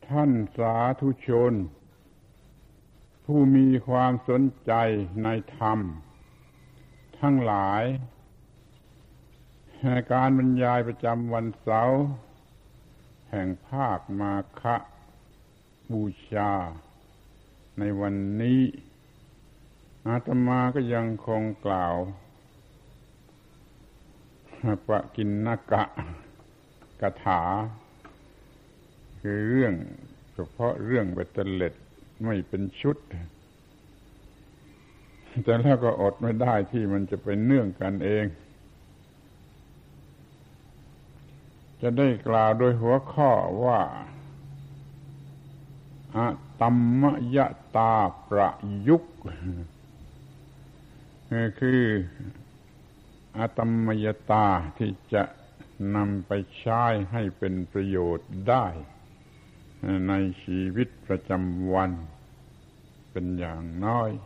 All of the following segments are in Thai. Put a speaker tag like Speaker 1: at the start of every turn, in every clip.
Speaker 1: ท่านสาธุชนผู้มีความสนใจในธรรมทั้งหลายการบรรยายประจำวันเสาร์แห่งภาคมาฆบูชาในวันนี้อาตมาก็ยังคงกล่าวปกิณณกะกถาคือเรื่องเฉพาะเรื่องเบ็ดเตล็ดไม่เป็นชุดแต่แล้วก็อดไม่ได้ที่มันจะเป็นเนื่องกันเองจะได้กล่าวโดยหัวข้อว่าอะตัมมยตาประยุกต์คืออะตัมมยตาที่จะนำไปใช้ให้เป็นประโยชน์ได้ในชีวิตประจำวันเป็นอย่างน้อย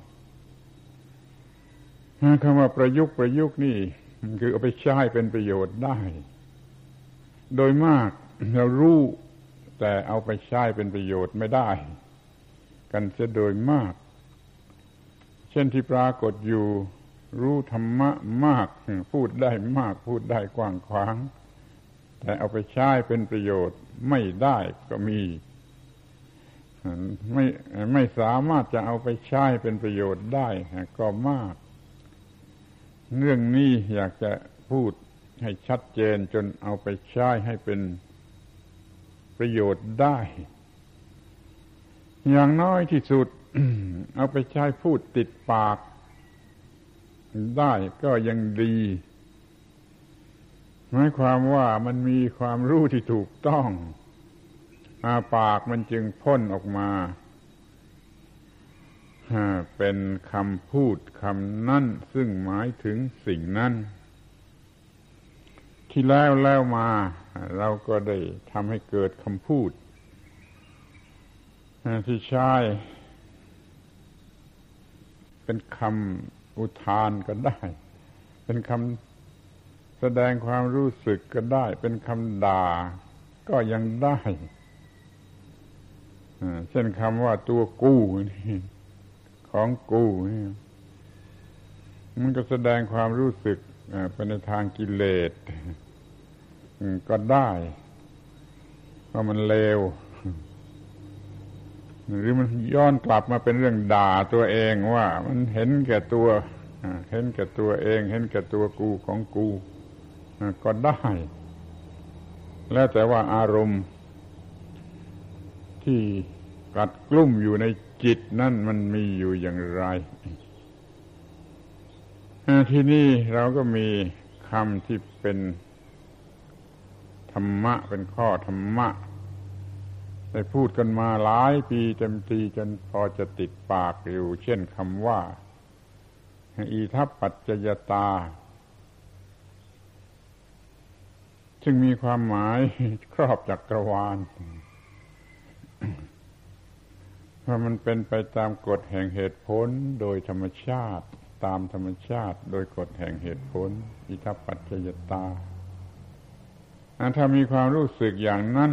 Speaker 1: คำว่าประยุกต์นี่คือเอาไปใช้เป็นประโยชน์ได้โดยมากเรารู้แต่เอาไปใช้เป็นประโยชน์ไม่ได้กันเสียโดยมากเช่นที่ปรากฏอยู่รู้ธรรมะมากพูดได้มากพูดได้กว้างขวางแต่เอาไปใช้เป็นประโยชน์ไม่ได้ก็มีไม่สามารถจะเอาไปใช้เป็นประโยชน์ได้ก็มากเรื่องนี้อยากจะพูดให้ชัดเจนจนเอาไปใช้ให้เป็นประโยชน์ได้อย่างน้อยที่สุด เอาไปใช้พูดติดปากได้ก็ยังดีหมายความว่ามันมีความรู้ที่ถูกต้องปากมันจึงพ่นออกมาเป็นคำพูดคำนั้นซึ่งหมายถึงสิ่งนั้นที่แล้วมาเราก็ได้ทำให้เกิดคำพูดที่ใช้เป็นคำอุทานก็ได้เป็นคำแสดงความรู้สึกก็ได้เป็นคำด่าก็ยังได้เช่นคำว่าตัวกู้นี่ของกู้นี่มันก็แสดงความรู้สึกเป็นในทางกิเลสก็ได้ว่ามันเลวหรือมันย้อนกลับมาเป็นเรื่องด่าตัวเองว่ามันเห็นแก่ตัวเห็นแก่ตัวเองเห็นแก่ตัวกูของกูก็ได้แล้วแต่ว่าอารมณ์ที่กัดกลุ่มอยู่ในจิตนั่นมันมีอยู่อย่างไรที่นี่เราก็มีคำที่เป็นธรรมะเป็นข้อธรรมะได้พูดกันมาหลายปีเต็มทีจนพอจะติดปากอยู่เช่นคำว่าอิทัปปัจจยตาซึ่งมีความหมายครอบจักรวาลว่ามันเป็นไปตามกฎแห่งเหตุผลโดยธรรมชาติตามธรรมชาติโดยกฎแห่งเหตุผลอิทัปปัจจยตาถ้ามีความรู้สึกอย่างนั้น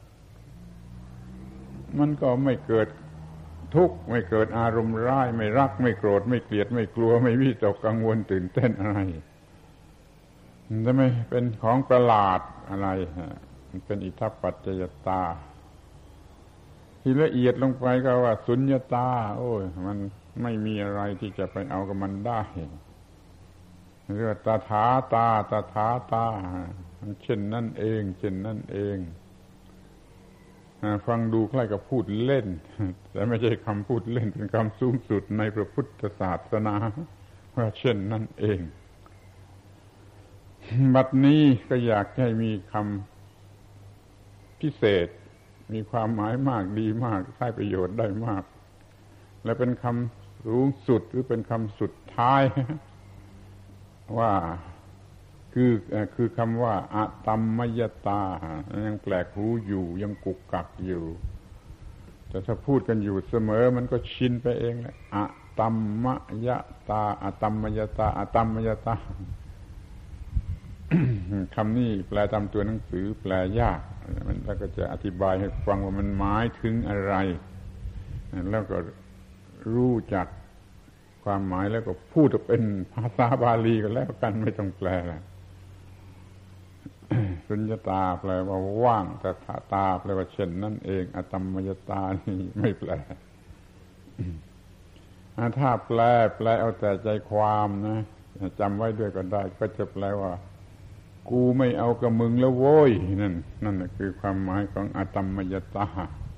Speaker 1: มันก็ไม่เกิดทุกข์ไม่เกิดอารมณ์ร้ายไม่รักไม่โกรธไม่เกลียดไม่กลัวไม่วิตกกังวลตื่นเต้นอะไรจะไม่เป็นของประหลาดอะไรมันเป็นอิทัปปัจจยตาที่ละเอียดลงไปก็ว่าสุญญตาโอ้ยมันไม่มีอะไรที่จะไปเอากับมันได้เรียกว่าตถาตามันเช่นนั่นเองเช่นนั่นเองฟังดูคล้ายกับพูดเล่นแต่ไม่ใช่คำพูดเล่นเป็นคำสูงสุดในพระพุทธศาสนาว่าเช่นนั่นเองบัดนี้ก็อยากให้มีคำพิเศษมีความหมายมากดีมากใช้ประโยชน์ได้มากและเป็นคำสูงสุดหรือเป็นคำสุดท้ายว่าคือคำว่าอะตัมมยตายังแปลกหูอยู่ยังกุกกักอยู่แต่ถ้าพูดกันอยู่เสมอมันก็ชินไปเองแหละอะตัมมยตาอะตัมมยตาอะตัมมยตา คำนี้แปลตามตัวหนังสือแปลยากแล้วก็จะอธิบายให้ฟังว่ามันหมายถึงอะไรแล้วก็รู้จักความหมายแล้วก็พูดเป็นภาษาบาลีก็แล้วกันไม่ต้องแปลแล้วสุญญตาแปลว่าว่างแต่ตาแปลว่าเช่นนั่นเองอตัมมยตานี่ไม่แปลถ้าแปลเอาแต่ใจความนะจำไว้ด้วยก็ได้ก็จะแปลว่ากูไม่เอากับมึงแล้วโว้ยนั่นคือความหมายของอตัมมยตา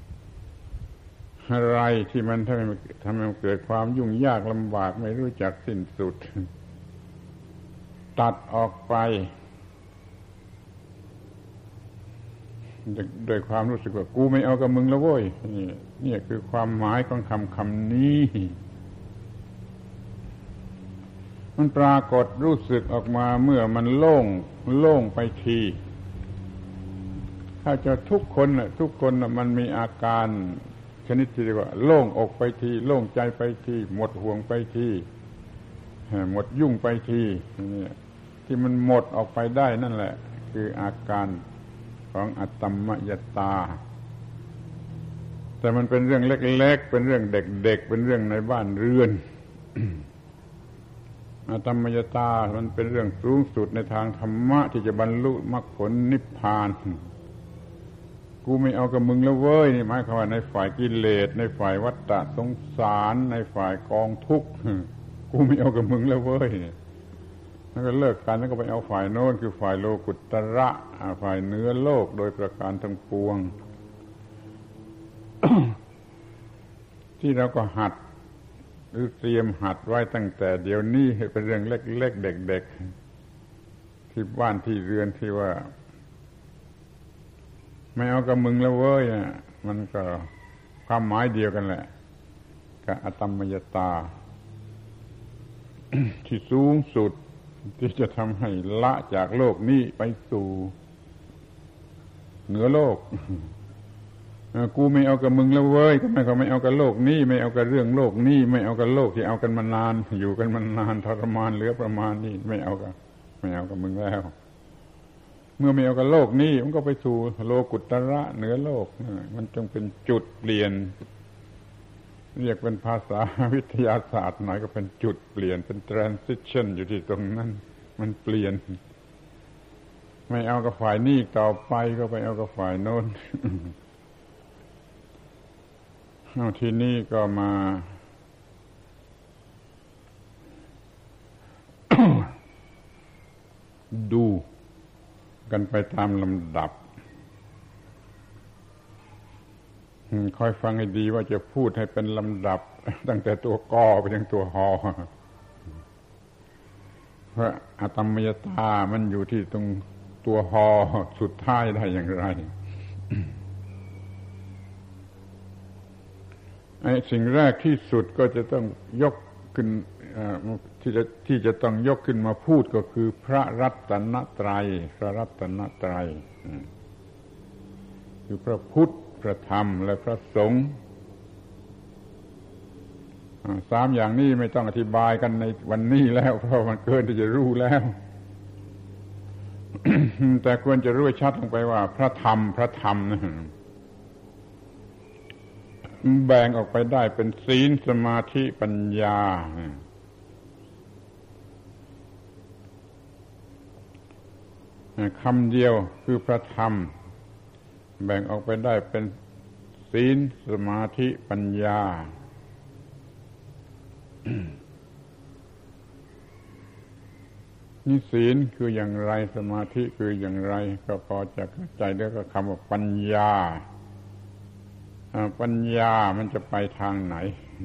Speaker 1: อะไรที่มันทำให้มันเกิดความยุ่งยากลำบากไม่รู้จักสิ้นสุดตัดออกไปโดยความรู้สึกว่ากูไม่เอากับมึงแล้วโว้ยนี่คือความหมายของคำนี้มันปรากฏรู้สึกออกมาเมื่อมันโล่งไปทีถ้าจะทุกคนมันมีอาการชนิดที่เรียกว่าโล่งอกไปทีโล่งใจไปทีหมดห่วงไปทีหมดยุ่งไปทีนี่ที่มันหมดออกไปได้นั่นแหละคืออาการของอตัมมยตาแต่มันเป็นเรื่องเล็กๆเป็นเรื่องเด็กๆเป็นเรื่องในบ้านเรือนอตัมมยตามันเป็นเรื่องสูงสุดในทางธรรมะที่จะบรรลุมรรคผลนิพพานกูไม่เอากับมึงแล้วเว้ยนี่หมายความว่าในฝ่ายกิเลสในฝ่ายวัฏฏะสงสารในฝ่ายกองทุกข์กูไม่เอากับมึงแล้วเว้ยแล้วก็เลิกกันแล้วก็ไปเอาฝ่ายโน้นคือฝ่ายโลกุตระฝ่ายเหนือโลกโดยประการทั้งปวง ที่เราก็หัดหรือเตรียมหัดไว้ตั้งแต่เดี๋ยวนี้ให้เป็นเรื่องเล็กๆเด็กๆที่บ้านที่เรือนที่ว่าไม่เอากับมึงแล้วเว้ยมันก็ความหมายเดียวกันแหละกับอตัมมยตา ที่สูงสุดที่จะทำให้ละจากโลกนี้ไปสู่เหนือโลกกูไม่เอากับมึงแล้วเว้ยก็ไม่เอากับโลกนี้ไม่เอากับเรื่องโลกนี้ไม่เอากับโลกที่เอากันมานานอยู่กันมานานทรมานเหลือประมาณนี้ไม่เอากับมึงแล้วเมื่อไม่เอากับโลกนี้มันก็ไปสู่โลกุตระเหนือโลกมันจึงเป็นจุดเปลี่ยนเรียกเป็นภาษาวิทยาศาสตร์หน่อยก็เป็นจุดเปลี่ยนเป็น transition อยู่ที่ตรงนั้นมันเปลี่ยนไม่เอากับฝ่ายนี้ต่อไปก็ไปเอากับฝ่ายโน้น ทีนี้ก็มา ดูกันไปตามลำดับคอยฟังให้ดีว่าจะพูดให้เป็นลำดับตั้งแต่ตัวกอไปถึงตัวฮอเพราะอตัมมยตามันอยู่ที่ตรงตัวฮอสุดท้ายได้อย่างไรสิ่งแรกที่สุดก็จะต้องยกขึ้นที่จะต้องยกขึ้นมาพูดก็คือพระรัตนตรัยคือพระพุทธพระธรรมและพระสงฆ์สามอย่างนี้ไม่ต้องอธิบายกันในวันนี้แล้วเพราะมันเกินที่จะรู้แล้ว แต่ควรจะรู้ชัดลงไปว่าพระธรรมนะแบ่งออกไปได้เป็นศีลสมาธิปัญญาคำเดียวคือพระธรรมแบ่งออกไปได้เป็นศีลสมาธิปัญญา นี่ศีลคืออย่างไรสมาธิคืออย่างไรก็พอจะเข้าใจแล้วก็คำว่าปัญญามันจะไปทางไหน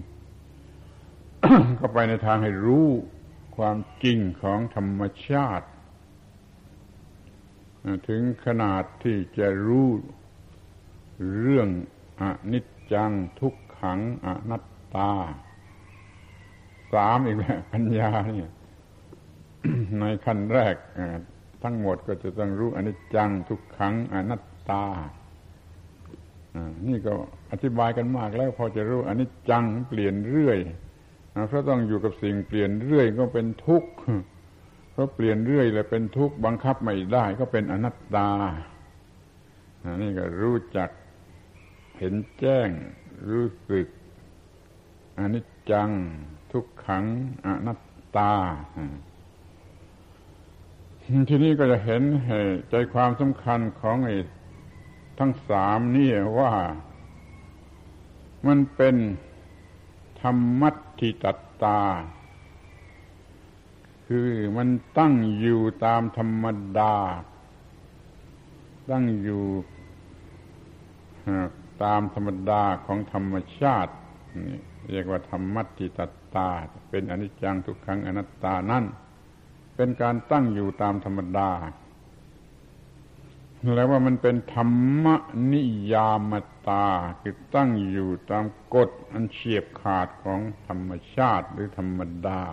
Speaker 1: ก็ไปในทางให้รู้ความจริงของธรรมชาติถึงขนาดที่จะรู้เรื่องอนิจจังทุกขังอนัตตาสามอีกแล้วปัญญาเนี่ย ในขั้นแรกทั้งหมดก็จะต้องรู้อนิจจังทุกขังอนัตตานี่ก็อธิบายกันมากแล้วพอจะรู้อนิจจังเปลี่ยนเรื่อยเพราะต้องอยู่กับสิ่งเปลี่ยนเรื่อยก็เป็นทุกข์เพราะเปลี่ยนเรื่อยแล้วเป็นทุกข์บังคับไม่ได้ก็เป็นอนัตตานี่ก็รู้จักเห็นแจ้งรู้สึกอนิจจังทุกขังอนัตตาทีนี้ก็จะเห็นใจความสำคัญของทั้งสามนี่ว่ามันเป็นธรรมัตถิตัตตาคือมันตั้งอยู่ตามธรรมดาตั้งอยู่ตามธรรมดาของธรรมชาตินี่เรียกว่าธรรมัตถิตัตตาเป็นอนิจจังทุกขังอนัตตานั่นเป็นการตั้งอยู่ตามธรรมดาแล้วว่ามันเป็นธรรมนิยามตาคือตั้งอยู่ตามกฎอันเฉียบขาดของธรรมชาติหรือธรรมดา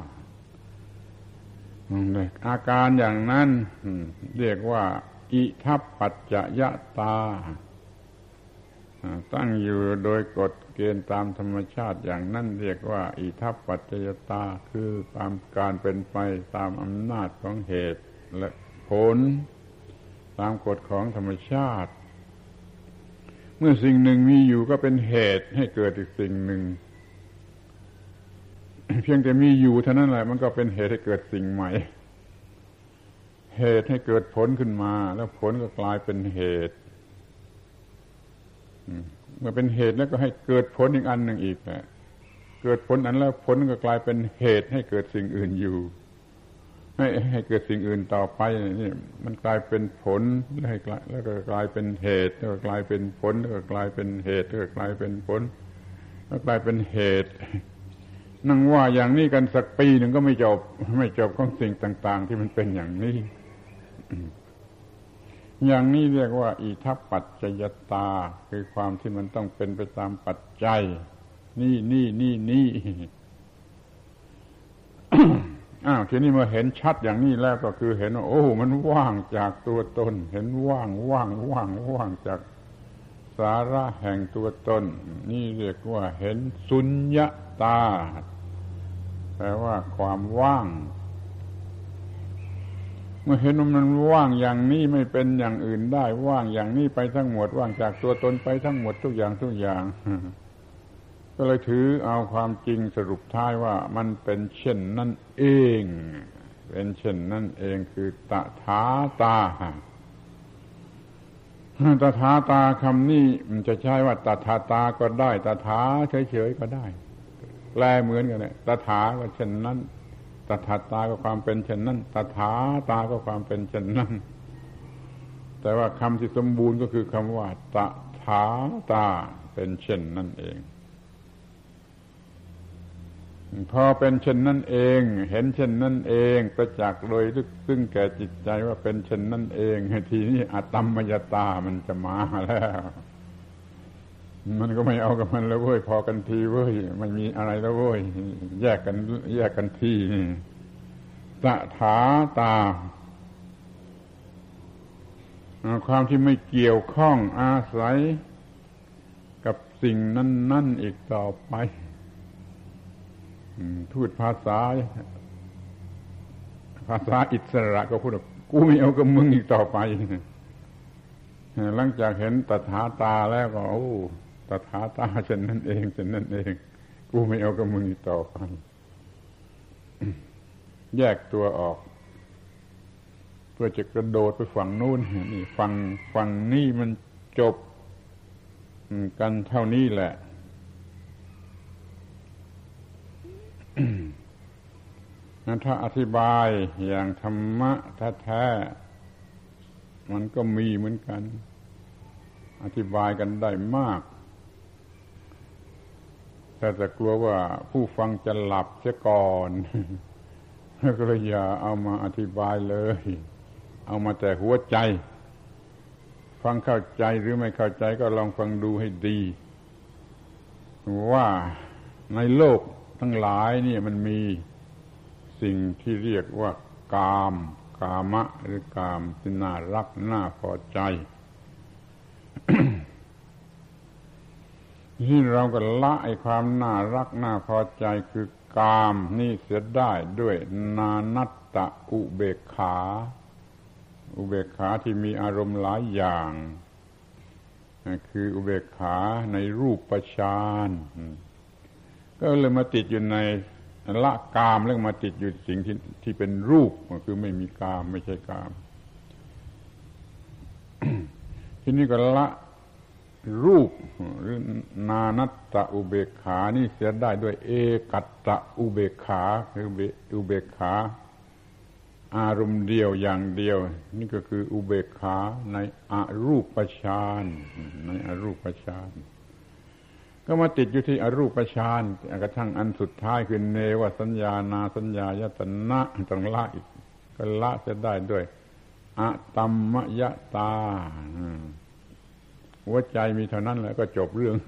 Speaker 1: อาการอย่างนั้นเรียกว่าอิทัปปัจจยตาตั้งอยู่โดยกฎเกณฑ์ตามธรรมชาติอย่างนั้นเรียกว่าอิทัปปัจจยตาคือตามการเป็นไปตามอำนาจของเหตุและผลตามกฎของธรรมชาติเมื่อสิ่งหนึ่งมีอยู่ก็เป็นเหตุให้เกิดอีกสิ่งหนึ่งเพียงแต่มีอยู่เท่านั้นแหละมันก็เป็นเหตุให้เกิดสิ่งใหม่เหตุให้เกิดผลขึ้นมาแล้วผลก็กลายเป็นเหตุเมื่อเป็นเหตุแล้วก็ให้เกิดผลอีกอันหนึ่งอีกแหละเกิดผลอันแล้วผลก็กลายเป็นเหตุให้เกิดสิ่งอื่นอยู่ให้เกิดสิ่งอื่นต่อไปนี่มันกลายเป็นผลแล้วก็กลายเป็นเหตุแล้วก็กลายเป็นผลแล้วก็กลายเป็นเหตุแล้วก็กลายเป็นผลแล้วกลายเป็นเหตุนั่งว่าอย่างนี้กันสักปีหนึ่งก็ไม่จบของสิ่งต่างๆที่มันเป็นอย่างนี้อย่างนี้เรียกว่าอิทัปปัจจยตาคือความที่มันต้องเป็นไปตามปัจจัยนี่ ทีนี้เมื่อเห็นชัดอย่างนี้แล้วก็คือเห็นว่าโอ้มันว่างจากตัวตนเห็นว่างจากสาระแห่งตัวตนนี่เรียกว่าเห็นสุญญตาแปลว่าความว่างเมื่อเห็นว่ามันว่างอย่างนี้ไม่เป็นอย่างอื่นได้ว่างอย่างนี้ไปทั้งหมดว่างจากตัวตนไปทั้งหมดทุกอย่างก็เลยถือเอาความจริงสรุปท้ายว่ามันเป็นเช่นนั่นเองเป็นเช่นนั่นเองคือตถาตาตถาตาคำนี้มันจะใช้ว่าตถาตาก็ได้ตถาเฉยๆก็ได้แปลเหมือนกันเนี่ยตถาก็เช่นนั้นตถาตาก็ความเป็นเช่นนั้นตถาตาก็ความเป็นเช่นนั้นแต่ว่าคำที่สมบูรณ์ก็คือคำว่าตถาตาเป็นเช่นนั่นเองพอเป็นเช่นนั้นเองเห็นเช่นนั้นเองประจักษ์โดยลึกซึ้งแก่จิตใจว่าเป็นเช่นนั้นเองทีนี้อตัมมยตามันจะมาแล้วมันก็ไม่เอากับมันแล้วเว้ยพอกันทีเว้ยไม่มีอะไรแล้วเว้ยแยกกันทีนี่ตถาตาความที่ไม่เกี่ยวข้องอาศัยกับสิ่งนั้นอีกต่อไปพูดภาษาอิสระก็พูดว่ากูไม่เอากับมึงอีกต่อไปหลังจากเห็นตถาตาแล้วก็โอ้ตถาตาเช่นนั้นเองกูไม่เอากับมึงอีกต่อไปแยกตัวออกเพื่อจะกระโดดไปฝั่งนู้นนี่ฝั่งนี้มันจบกันเท่านี้แหละถ้าอธิบายอย่างธรรมะแท้ๆมันก็มีเหมือนกันอธิบายกันได้มากแต่จะกลัวว่าผู้ฟังจะหลับเสียก่อนก็เลยอย่าเอามาอธิบายเลยเอามาแต่หัวใจฟังเข้าใจหรือไม่เข้าใจก็ลองฟังดูให้ดีว่าในโลกทั้งหลายนี่มันมีสิ่งที่เรียกว่ากามะหรือกามที่น่ารักน่าพอใจ ที่เราก็ละไอ้ความน่ารักน่าพอใจคือกามนี่เสียได้ด้วยนานัตตะอุเบกขาที่มีอารมณ์หลายอย่างคืออุเบกขาในรูปฌานก็เลยมาติดอยู่ในละกามแล้วมาติดอยู่สิ่งที่เป็นรูปคือไม่มีกามไม่ใช่กาม ทีนี้ก็ละรูปหรือนานัตตอุเบกขานี่เสียได้ด้วยเอกัตตอุเบกขาคืออุเบกขาอารมณ์เดียวอย่างเดียวนี่ก็คืออุเบกขาในอรูปฌานในอรูปฌานก็มาติดอยู่ที่อรูปฌานกระทั่งอันสุดท้ายคือเนวสัญญานาสัญญายตนะต้องละอีกก็ละจะได้ด้วยอะตัมมยตาหัวใจมีเท่านั้นแหละก็จบเรื่อง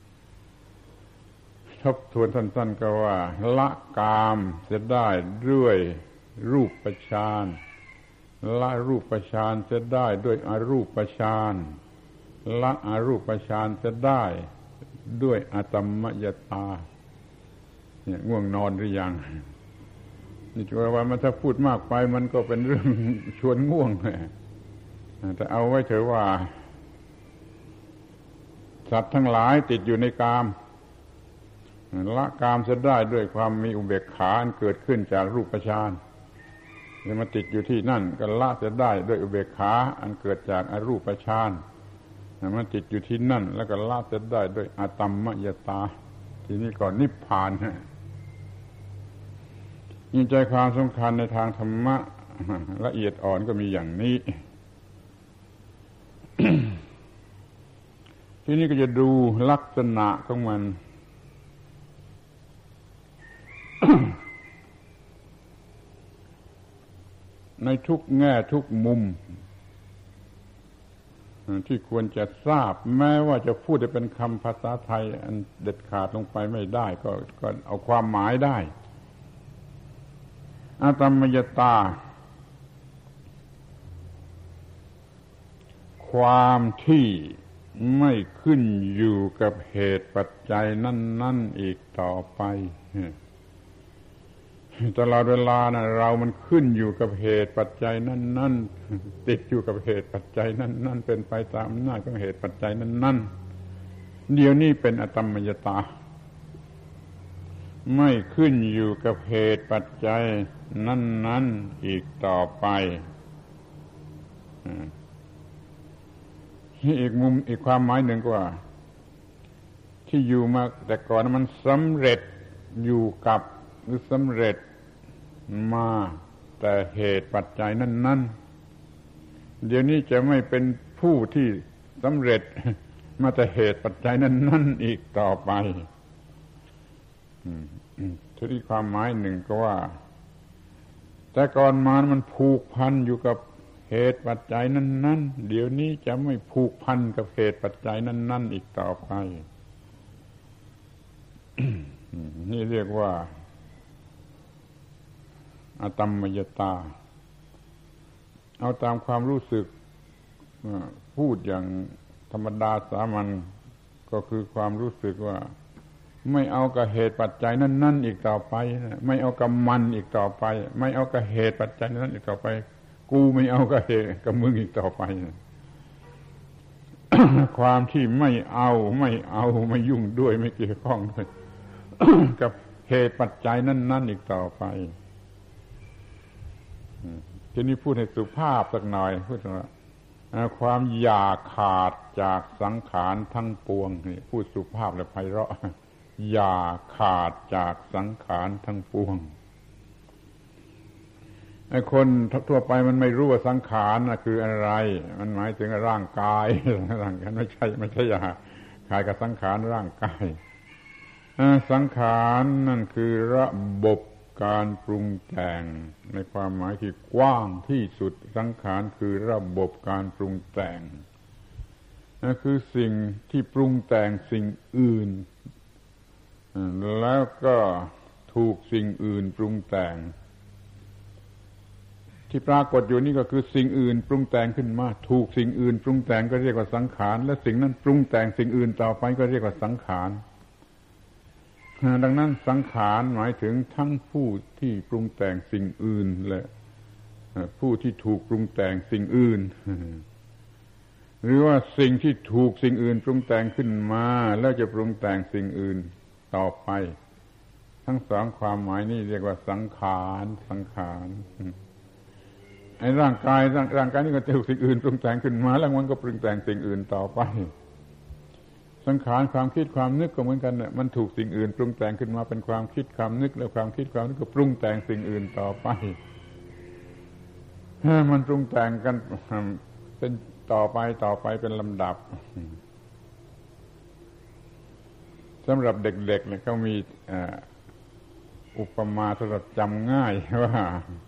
Speaker 1: ทบทวนสั้นๆก็ว่าละกามจะได้ด้วยรูปฌานละรูปฌานจะได้ด้วยอรูปฌานละอรูปฌานจะได้ด้วยอะตัมมยตาเนี่ยง่วงนอนหรือยังนี่จะว่ามันถ้าพูดมากไปมันก็เป็นเรื่องชวนง่วงแต่เอาไว้เถอะว่าสัตว์ทั้งหลายติดอยู่ในกามละกามจะได้ด้วยความมีอุเบกขาอันเกิดขึ้นจากรูปฌานจะมาติดอยู่ที่นั่นก็ละจะได้ด้วยอุเบกขาอันเกิดจากอรูปฌานมันติดอยู่ที่นั่นแล้วก็ละจะได้ด้วยอะตัมมยตาทีนี้ก็นิพพานยิ่งใจความสำคัญในทางธรรมะละเอียดอ่อนก็มีอย่างนี้ ทีนี้ก็จะดูลักษณะของมัน ในทุกแง่ทุกมุมที่ควรจะทราบแม้ว่าจะพูดได้เป็นคำภาษาไทยอันเด็ดขาดลงไปไม่ได้ก็เอาความหมายได้อะตัมมยตาความที่ไม่ขึ้นอยู่กับเหตุปัจจัยนั่นๆอีกต่อไปตลอดเวลานะเรามันขึ้นอยู่กับเหตุปัจจัยนั่นๆติดอยู่กับเหตุปัจจัยนั่นๆเป็นไปตามอำนาจของเหตุปัจจัยนั่นๆเดี๋ยวนี้เป็นอะตัมมยตาไม่ขึ้นอยู่กับเหตุปัจจัยนั้นๆอีกต่อไปอีกมุมอีกความหมายหนึ่งก็ว่าที่อยู่มาแต่ก่อนมันสำเร็จอยู่กับหรือสำเร็จมาแต่เหตุปัจจัยนั้นๆเดี๋ยวนี้จะไม่เป็นผู้ที่สำเร็จมาแต่เหตุปัจจัยนั้นๆอีกต่อไปที่ความหมายหนึ่งก็ว่าแต่ก่อนมามันผูกพันอยู่กับเหตุปัจจัยนั้นๆเดี๋ยวนี้จะไม่ผูกพันกับเหตุปัจจัยนั้นๆอีกต่อไป นี่เรียกว่าอะตัมมยตาเอาตามความรู้สึกพูดอย่างธรรมดาสามัญก็คือความรู้สึกว่าไม่เอากับเหตุปัจจัยนั้นๆอีกต่อไปไม่เอากับมันอีกต่อไปไม่เอากับเหตุปัจจัยนั้นอีกต่อไปกูไม่เอากับเหตุกับมึงอีกต่อไป ความที่ไม่เอาไม่ยุ่งด้วยไม่เกี่ยวข้องด้วย กับเหตุปัจจัยนั้นๆอีกต่อไปทีนี้พูดให้สุภาพสักหน่อยพูดว่าความอย่าขาดจากสังขารทั้งปวงนี่พูดสุภาพและไพเราะอย่าขาดจากสังขารทั้งปวงไอ้คนทั่วไปมันไม่รู้ว่าสังขารน่ะคืออะไรมันหมายถึงร่างกายไม่ใช่อย่าขาดกับสังขารร่างกายสังขารนั่นคือระบบการปรุงแต่งในความหมายที่กว้างที่สุดสังขารคือระบบการปรุงแต่งนั่นคือสิ่งที่ปรุงแต่งสิ่งอื่นแล้วก็ถูกสิ่งอื่นปรุงแต่งที่ปรากฏอยู่นี่ก็คือสิ่งอื่นปรุงแต่งขึ้นมาถูกสิ่งอื่นปรุงแต่งก็เรียกว่าสังขารและสิ่งนั้นปรุงแต่งสิ่งอื่นต่อไปก็เรียกว่าสังขารดังนั้นสังขารหมายถึงทั้งผู้ที่ปรุงแต่งสิ่งอื่นและผู้ที่ถูกปรุงแต่งสิ่งอื่นหรือว่าสิ่งที่ถูกสิ่งอื่นปรุงแต่งขึ้นมาแล้วจะปรุงแต่งสิ่งอื่นต่อไปทั้งสองความหมายนี้เรียกว่าสังขารไอ้ร่างกายนี่ก็ถูกสิ่งอื่นปรุงแต่งขึ้นมาแล้วมันก็ปรุงแต่งสิ่งอื่นต่อไปสังขารความคิดความนึกก็เหมือนกันเนี่ยมันถูกสิ่งอื่นปรุงแต่งขึ้นมาเป็นความคิดความนึกแล้วความคิดความนึกก็ปรุงแต่งสิ่งอื่นต่อไปมันปรุงแต่งกันเป็นต่อไปเป็นลำดับสำหรับเด็กๆเนี่ยเขามีอุปมาสำหรับจำง่ายว่า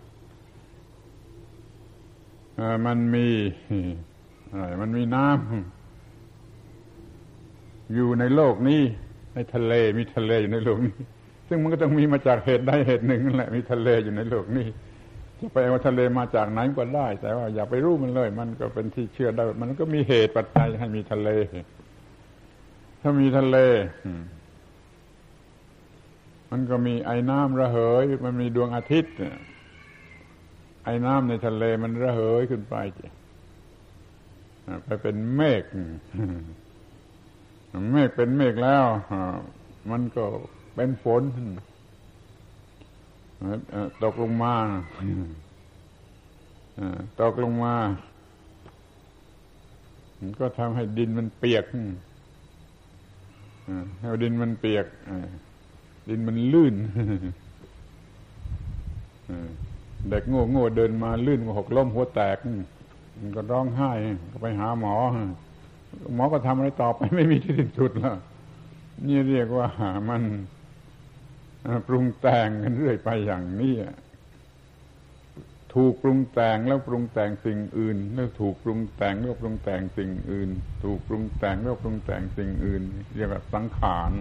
Speaker 1: มันมีอะไรมันมีน้ำอยู่ในโลกนี้ในทะเลมีทะเลอยู่ในโลกนี้ซึ่งมันก็ต้องมีมาจากเหตุใดเหตุหนึ่งนั่นแหละมีทะเลอยู่ในโลกนี้จะไปเอาทะเลมาจากไหนก็ได้แต่ว่าอย่าไปรู้มันเลยมันก็เป็นที่เชื่อได้มันก็มีเหตุปัจจัยให้มีทะเลถ้ามีทะเลมันก็มีไอ้น้ำระเหยมันมีดวงอาทิตย์ไอ้น้ำในทะเลมันระเหยขึ้นไปเป็นเมฆเป็นเมฆแล้วมันก็เป็นฝนตกลงมามันก็ทำให้ดินมันเปียกให้ดินมันเปียกดินมันลื่นเด็กโง่เดินมาลื่นหกล้มหัวแตกมันก็ร้องไห้ก็ไปหาหมอก็ทำอะไรต่อไปไม่มีที่สิ้นสุดแล้วนี่เรียกว่ามันปรุงแต่งกันเรื่อยไปอย่างนี้ถูกปรุงแต่งแล้วปรุงแต่งสิ่งอื่นแล้วถูกปรุงแต่งแล้วปรุงแต่งสิ่งอื่นถูกปรุงแต่งแล้วปรุงแต่งสิ่งอื่นเรียกว่าสังขาร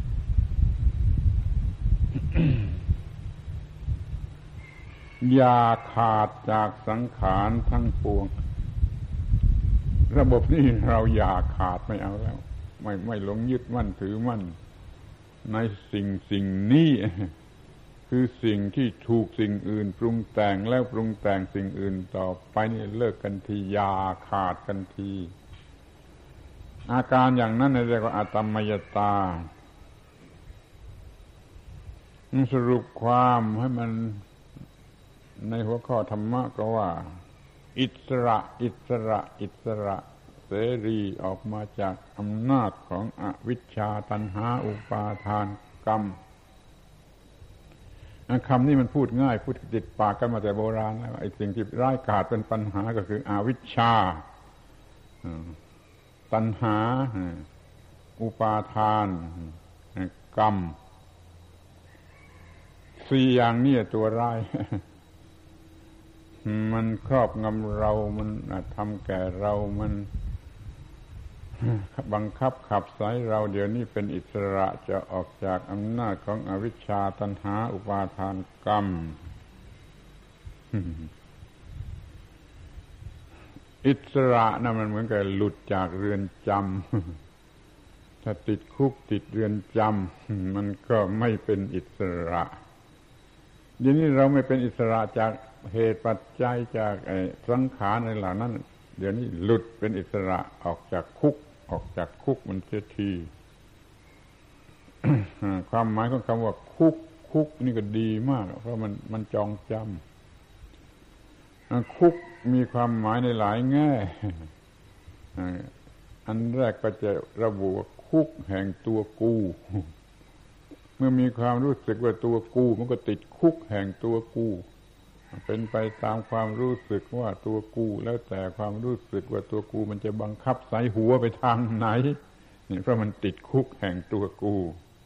Speaker 1: อย่าขาดจากสังขารทั้งปวงระบบนี้เราอย่าขาดไม่เอาแล้วไม่หลงยึดมั่นถือมั่นในสิ่งนี้คือสิ่งที่ถูกสิ่งอื่นปรุงแต่งแล้วปรุงแต่งสิ่งอื่นต่อไปนี่เลิกกันทีอย่าขาดกันทีอาการอย่างนั้นเรียกว่าอาตมยตาสรุปความให้มันในหัวข้อธรรมะก็ว่าอิสระเสรีออกมาจากอำนาจของอวิชชาตัณหาอุปาทานกรรมคำนี้มันพูดง่ายพูดติดปากกันมาแต่โบราณแล้วไอ้สิ่งที่ร้ายกาจเป็นปัญหาก็คืออวิชชาตัณหาอุปาทานกรรมสี่อย่างนี้ตัวร้ายมันครอบงำเรามันทำแก่เรามันบังคับขับไสเราเดี๋ยวนี้เป็นอิสระจะออกจากอำนาจของอวิชชาตัณหาอุปาทานกรรมอิสระนะมันเหมือนกับหลุดจากเรือนจำถ้าติดคุกติดเรือนจำมันก็ไม่เป็นอิสระเดี๋ยวนี้เราไม่เป็นอิสระจากเหตุปัจจัยจากสังขารในเหล่านั้นเดี๋ยวนี้หลุดเป็นอิสระออกจากคุกมันเสียที ความหมายของคำว่าคุกนี่ก็ดีมากเพราะมันจองจำคุกมีความหมายในหลายแง่อันแรกก็จะระบุว่าคุกแห่งตัวกูเมื่อมีความรู้สึกว่าตัวกูมันก็ติดคุกแห่งตัวกูเป็นไปตามความรู้สึกว่าตัวกูแล้วแต่ความรู้สึกว่าตัวกูมันจะบังคับใส่หัวไปทางไหนนี่เพราะมันติดคุกแห่งตัวกู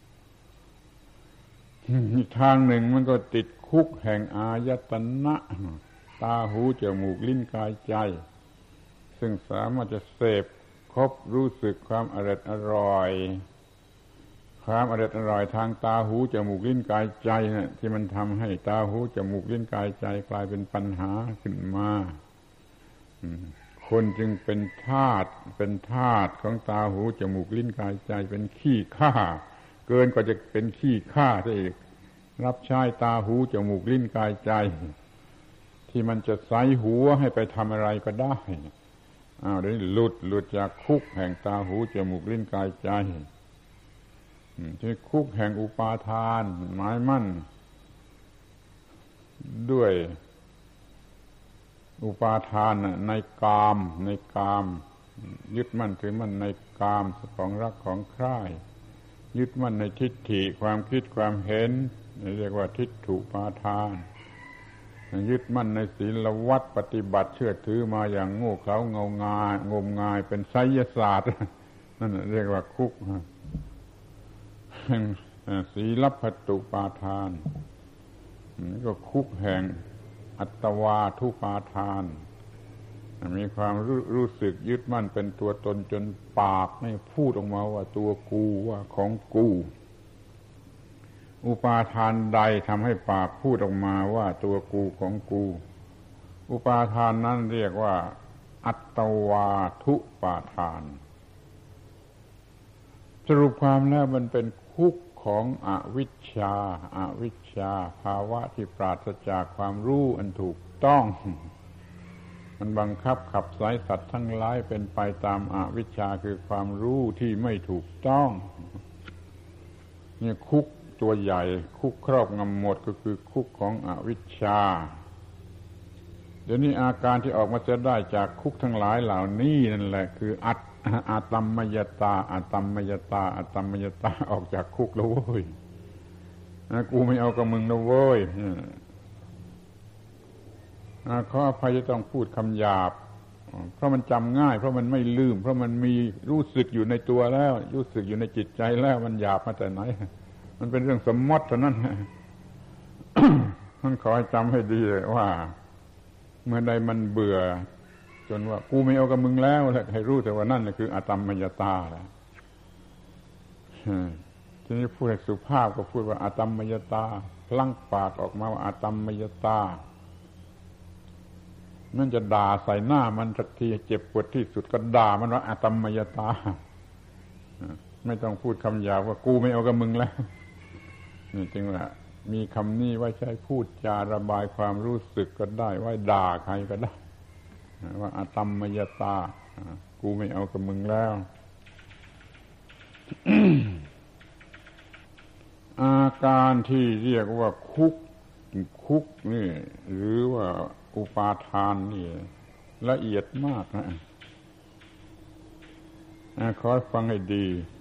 Speaker 1: อีกทางหนึ่งมันก็ติดคุกแห่งอายตนะตาหูจมูกลิ้นกายใจซึ่งสามารถจะเสพครบรู้สึกความอร่อยทางตาหูจมูกลิ้นกายใจนะที่มันทำให้ตาหูจมูกลิ้นกายใจกลายเป็นปัญหาขึ้นมาคนจึงเป็นทาสของตาหูจมูกลิ้นกายใจเป็นขี้ข้าเกินกว่าจะเป็นขี้ข้าซะอีกรับใช้ตาหูจมูกลิ้นกายใจที่มันจะใส่หัวให้ไปทำอะไรก็ได้เดี๋ยวนี้หลุดจากคุกแห่งตาหูจมูกลิ้นกายใจที่คุกแห่งอุปาทานหมายมั่นด้วยอุปาทานในกามยึดมั่นถือมั่นในกามของรักของใคร่ยึดมั่นในทิฏฐิความคิดความเห็นเรียกว่าทิฏฐุปาทานยึดมั่นในศีลวัดปฏิบัติเชื่อถือมาอย่างโง่เขลางมงายเป็นไสยศาสตร์นั่นเรียกว่าคุกศีลพัตตุปาทานนี่ก็คุกแห่งอัตวาทุปาทานมีความรู้สึกยึดมั่นเป็นตัวตนจนปากไม่พูดออกมาว่าตัวกูว่าของกูอุปาทานใดทำให้ปากพูดออกมาว่าตัวกูของกูอุปาทานนั้นเรียกว่าอัตวาทุปาทานสรุปความแล้วมันเป็นคุกของอวิชชาภาวะที่ปราศจากความรู้อันถูกต้องมันบังคับขับไล่สัตว์ทั้งหลายเป็นไปตามอวิชชาคือความรู้ที่ไม่ถูกต้องนี่คุกตัวใหญ่คุกครอบงำหมดก็คือคุกของอวิชชาเดี๋ยวนี้อาการที่ออกมาจะได้จากคุกทั้งหลายเหล่านี้นั่นแหละคืออาตัมมยตาออกจากคุกแล้วเว้ยกูไม่เอากับมึงแล้วเว้ยขออภัยจะต้องพูดคำหยาบเพราะมันจำง่ายเพราะมันไม่ลืมเพราะมันมีรู้สึกอยู่ในตัวแล้วรู้สึกอยู่ในจิตใจแล้วมันหยาบมาแต่ไหนมันเป็นเรื่องสมมติเท่านั้น ท่านขอให้จำให้ดีเลยว่าเมื่อใดมันเบื่อจนว่ากูไม่เอากับมึงแล้วให้รู้แต่ว่านั่นคืออาตัมมยตาแหละทีนี้พูดให้สุภาพก็พูดว่าอาตัมมยตาพลั่งปากออกมาว่าอาตัมมยตานั่นจะด่าใส่หน้ามันสักทีเจ็บปวดที่สุดก็ด่ามันว่าอาตัมมยตาไม่ต้องพูดคำหยาบว่ากูไม่เอากับมึงแล้วนี่จึงว่ามีคำนี้ไว้ใช้พูดจาระบายความรู้สึกก็ได้ไว้ด่าใครก็ได้ว่าอาตัมมยตากูไม่เอากับมึงแล้ว อาการที่เรียกว่าคุกนี่หรือว่าอุปาทานนี่ละเอียดมากนะขอฟังให้ดี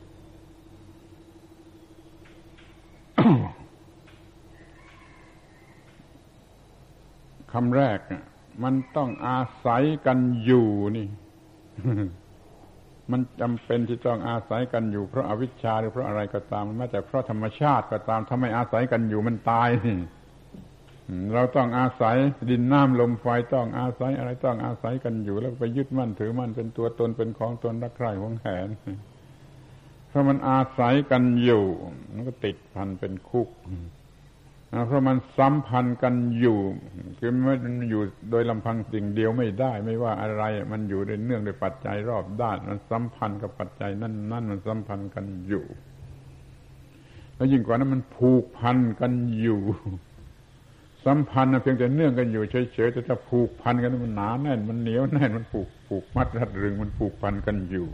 Speaker 1: คำแรกมันต้องอาศัยกันอยู่นี่ มันจำเป็นที่ต้องอาศัยกันอยู่เพราะอวิชชาหรือเพราะอะไรก็ตามแม้แต่เพราะธรรมชาติก็ตามถ้าไม่อาศัยกันอยู่มันตายนี่เราต้องอาศัยดินน้ำลมไฟต้องอาศัยอะไรต้องอาศัยกันอยู่แล้วไปยึดมั่นถือมั่นเป็นตัวตนเป็นของตนรักใคร่หวงแหนเพราะมันอาศัยกันอยู่มันก็ติดพันเป็นคุกเพราะมันสัมพันธ์กันอยู่คือมันอยู่โดยลำพังสิ่งเดียวไม่ได้ไม่ว่าอะไรมันอยู่ในเนื่องด้วยปัจจัยรอบด้านมันสัมพันธ์กับปัจจัยนั่นมันสัมพันธ์กันอยู่แล้วยิ่งกว่านั้นมันผูกพันกันอยู่สัมพันธ์เพียงแต่เนื่องกันอยู่เฉยๆแต่ถ้าผูกพันกันมันหนาแน่นมันเหนียวแน่นมันผูกมัดรัดรึงมันผูกพันกันอยู่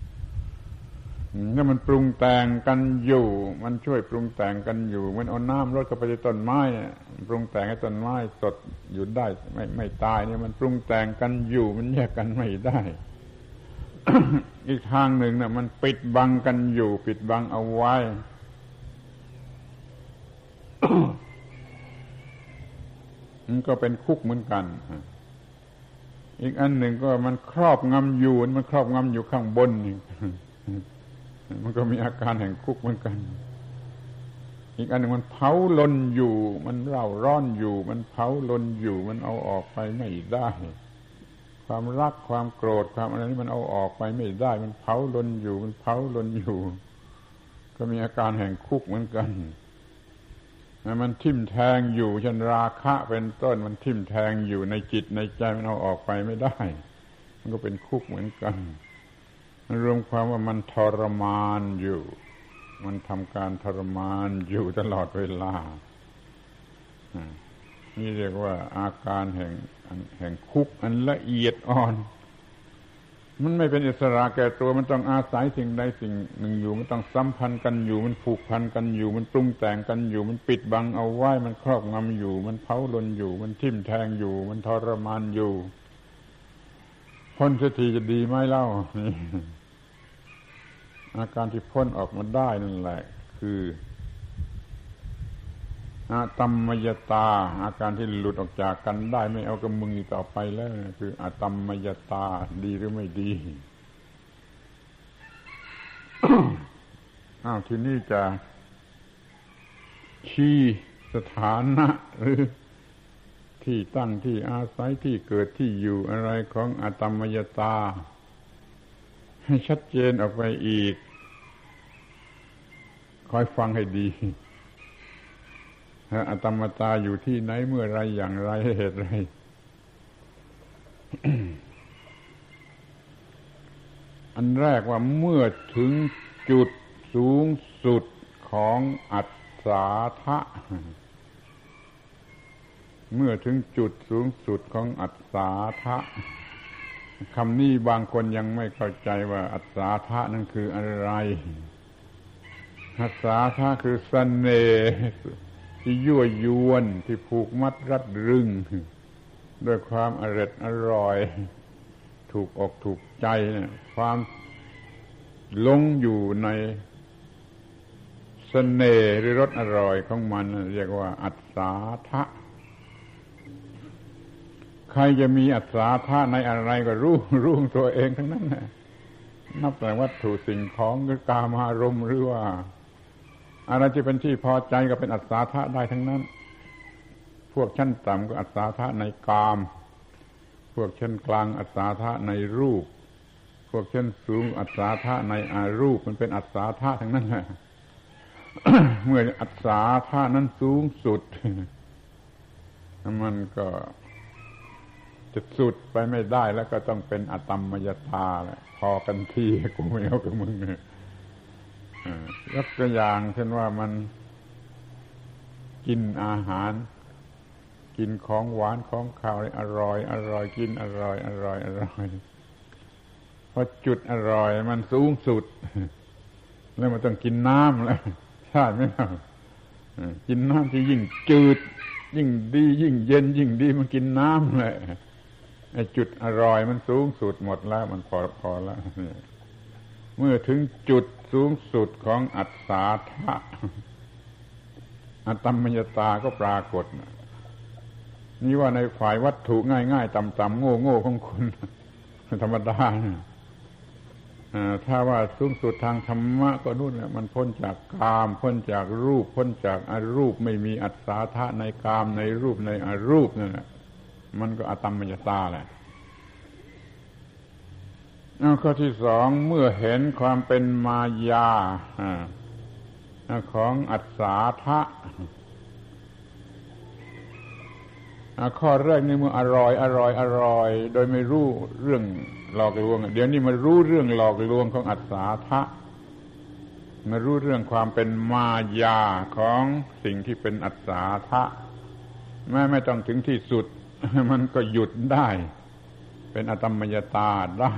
Speaker 1: แล้วมันปรุงแต่งกันอยู่มันช่วยปรุงแต่งกันอยู่มันเอาน้ำรดเข้าไปในต้นไม้ปรุงแต่งให้ต้นไม้สดอยู่ได้ไม่ตายเนี่ยมันปรุงแต่งกันอยู่มันแยกกันไม่ได้ อีกทางหนึ่งน่ะมันปิดบังกันอยู่ปิดบังเอาไว้ มันก็เป็นคุกเหมือนกันอีกอันหนึ่งก็มันครอบงำอยู่มันครอบงำอยู่ข้างบนนี่ มันก็มีอาการแห่งคุกเหมือนกันอีกอันหนึ่งมันเผาลนอยู่มันเร่าร้อนอยู่มันเผาลนอยู่มันเอาออกไปไม่ได้ความรักความโกรธความอะไรนี่มันเอาออกไปไม่ได้มันเผาลนอยู่มันเผาลนอยู่ก็มีอาการแห่งคุกเหมือนกันมันทิ่มแทงอยู่เช่นราคะเป็นต้นมันทิ่มแทงอยู่ในจิตในใจมันเอาออกไปไม่ได้มันก็เป็นคุกเหมือนกันรวมความว่ามันทรมานอยู่มันทำการทรมานอยู่ตลอดเวลานี่เรียกว่าอาการแห่งคุกอันละเอียดอ่อนมันไม่เป็นอิสระแก่ตัวมันต้องอาศัยสิ่งใดสิ่งหนึ่งอยู่มันต้องสัมพันธ์กันอยู่มันผูกพันกันอยู่มันปรุงแต่งกันอยู่มันปิดบังเอาไว้มันครอบงำอยู่มันเผาลนอยู่มันทิ่มแทงอยู่มันทรมานอยู่พ้นเสียทีจะดีไหมเล่า อาการที่พ้นออกมาได้นั่นแหละคืออะตัมมยตาอาการที่หลุดออกจากกันได้ไม่เอากับมึงอีกต่อไปแล้วคืออะตัมมยตาดีหรือไม่ดี ทีนี้จะชี้สถานะหรือที่ตั้งที่อาศัยที่เกิดที่อยู่อะไรของอะตัมมยตาให้ชัดเจนออกไปอีกคอยฟังให้ดีอะตัมมตาอยู่ที่ไหนเมื่อไรอย่างไรเหตุไร อันแรกว่าเมื่อถึงจุดสูงสุดของอัศสาทะเมื่อถึงจุดสูงสุดของอัศสาทะคำนี้บางคนยังไม่เข้าใจว่าอัศสาทะนั่นคืออะไรอัศสาทะคือเสน่ห์ที่ยั่วยวนที่ผูกมัดรัดรึงด้วยความอร่อยถูกอกถูกใจเนี่ยความหลงอยู่ในเสน่ห์หรือรสอร่อยของมันเรียกว่าอัศสาทะใครจะมีอัศสาทะในอะไรก็รู้ตัวเองทั้งนั้นนะนับแต่วัตถุสิ่งของหรือกามารมณ์หรือว่าอะไรที่เป็นที่พอใจก็เป็นอัศสาทะได้ทั้งนั้นพวกชั้นต่ำก็อัศสาทะในกามพวกชั้นกลางอัศสาทะในรูปพวกชั้นสูงอัศสาทะในอารูปมันเป็นอัศสาทะทั้งนั้นแหละ เมื่ออัศสาทะนั้นสูงสุดมันก็จะสุดไปไม่ได้แล้วก็ต้องเป็นอตัมมยตาแหละพอกันทีกูไม่เอากับมึงยกตัวอย่างเช่นว่ามันกินอาหารกินของหวานของข้าวอร่อยกินอร่อยพอจุดอร่อยมันสูงสุดแล้วมันต้องกินน้ำแล้วใช่ไหมครับกินน้ำที่ยิ่งจืดยิ่งดียิ่งเย็นยิ่งดีมันกินน้ำเลยไอ้จุดอร่อยมันสูงสุดหมดแล้วมันพอแล้วเมื่อถึงจุดสูงสุดของอัศสาทะอะตัมมยตาก็ปรากฏนี่ว่าในฝ่ายวัตถุง่ายๆต่ำๆโง่ๆของคุณธรรมดาถ้าว่าสูงสุดทางธรรมะก็นู่นแหละมันพ้นจากกามพ้นจากรูปพ้นจากอรูปไม่มีอัศสาทะในกามในรูปในอรูปนั่นแหละมันก็อะตัมมยตาแหละข้อที่สองเมื่อเห็นความเป็นมายาของอัศสาทะข้อแรกนี่เมื่ออร่อยโดยไม่รู้เรื่องหลอกลวงเดี๋ยวนี้มารู้เรื่องหลอกลวงของอัศสาทะมารู้เรื่องความเป็นมายาของสิ่งที่เป็นอัศสาทะไม่ต้องถึงที่สุดมันก็หยุดได้เป็นอตัมมยตาได้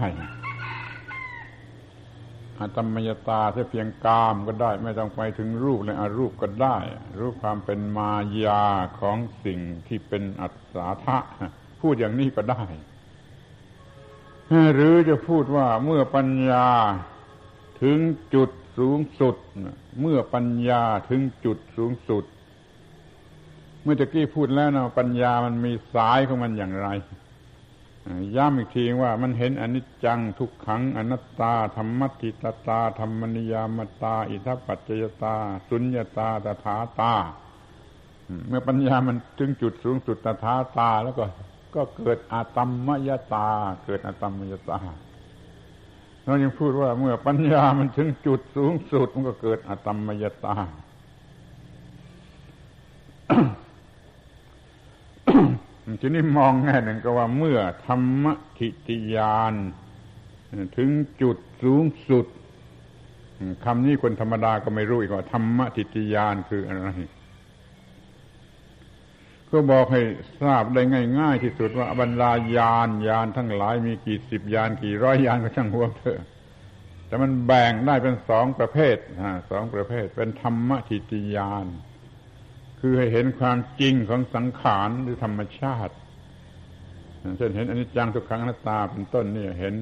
Speaker 1: อตัมมยตาแค่เพียงกามก็ได้ไม่ต้องไปถึงรูปและอรูปก็ได้รู้ความเป็นมายาของสิ่งที่เป็นอัศสาทะพูดอย่างนี้ก็ได้หรือจะพูดว่าเมื่อปัญญาถึงจุดสูงสุดเมื่อปัญญาถึงจุดสูงสุดเมื่อตะกี้พูดแล้วนะปัญญามันมีสายของมันอย่างไรย้ำอีกทีว่ามันเห็นอนิจจังทุกขังอนัตตาธรรมัตถิตตาธรรมนิยามตาอิทัปปัจจยตาสุญญตาตถาตาเมื่อปัญญามันถึงจุดสูงสุดตถาตาแล้วก็เกิดอะตัมมยตาเกิดอะตัมมยตาเรายังพูดว่าเมื่อปัญญามันถึงจุดสูงสุดมันก็เกิดอะตัมมยตา ทีนี้มองแง่หนึ่งก็ว่าเมื่อธรรมทิฏฐิญาณถึงจุดสูงสุดคำนี้คนธรรมดาก็ไม่รู้อีกว่าธรรมทิฏฐิญาณคืออะไรคก็บอกให้ทราบได้ง่ายๆที่สุดว่าบรรดายานทั้งหลายมีกี่สิบยานกี่ร้อยยานก็ช่างหัวเถอะแต่มันแบ่งได้เป็นสองประเภทเป็นธรรมทิฏฐิญาณคือให้เห็นความจริงของสังขารหรือธรรมชาติเช่นเห็นอนิจจังทุกขังอนัตตาเป็นต้นนี่เห็น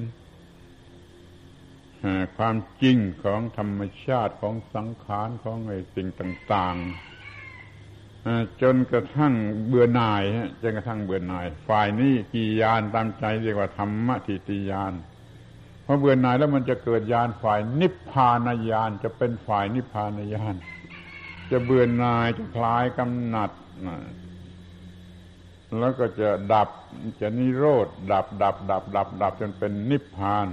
Speaker 1: ความจริงของธรรมชาติของสังขารของไอ้สิ่งต่างๆจนกระทั่งเบื่อหน่ายฝ่ายนี้กี่ญาณตามใจเรียกว่าธรรมทิฏฐิญาณพอเบื่อหน่ายแล้วมันจะเกิดญาณฝ่ายนิพพานญาณจะเป็นฝ่ายนิพพานญาณจะเบื่อหน่ายจะคลายกำหนัดแล้วก็จะดับจะนิโรธดับจนเป็นนิพพาน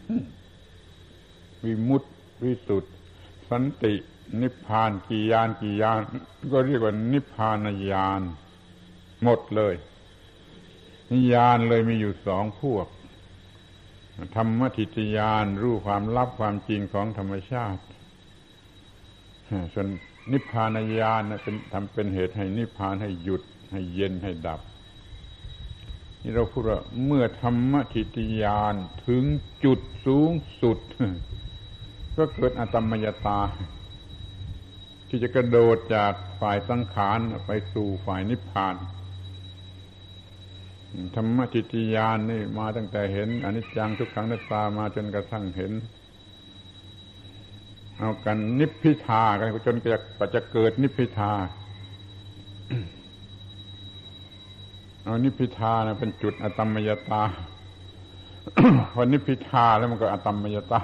Speaker 1: วิมุตติวิสุทธิสันตินิพพานกี่ญาณก็เรียกว่านิพพานญาณหมดเลยนิญาณเลยมีอยู่สองพวกธรรมทิฏฐิญาณรู้ความลับความจริงของธรรมชาติส่วนนิพพานญาณเป็นเหตุให้นิพพานให้หยุดให้เย็นให้ดับนี่เราพูดว่าเมื่อธรรมทิฏฐิญาณถึงจุดสูงสุดก็เกิดอตมมยตาที่จะกระโดดจากฝ่ายสังขารไปสู่ฝ่ายนิพพานธรรมทิฏฐิญาณนี่มาตั้งแต่เห็นอนิจจังทุกขังอนัตตามาจนกระทั่งเห็นเอากันนิพพิทากันจนจะเกิดนิพพิทาเอานิพพิทานะเป็นจุดอตมมยตาพอนิพพิทาแล้วมันก็อตมมยตา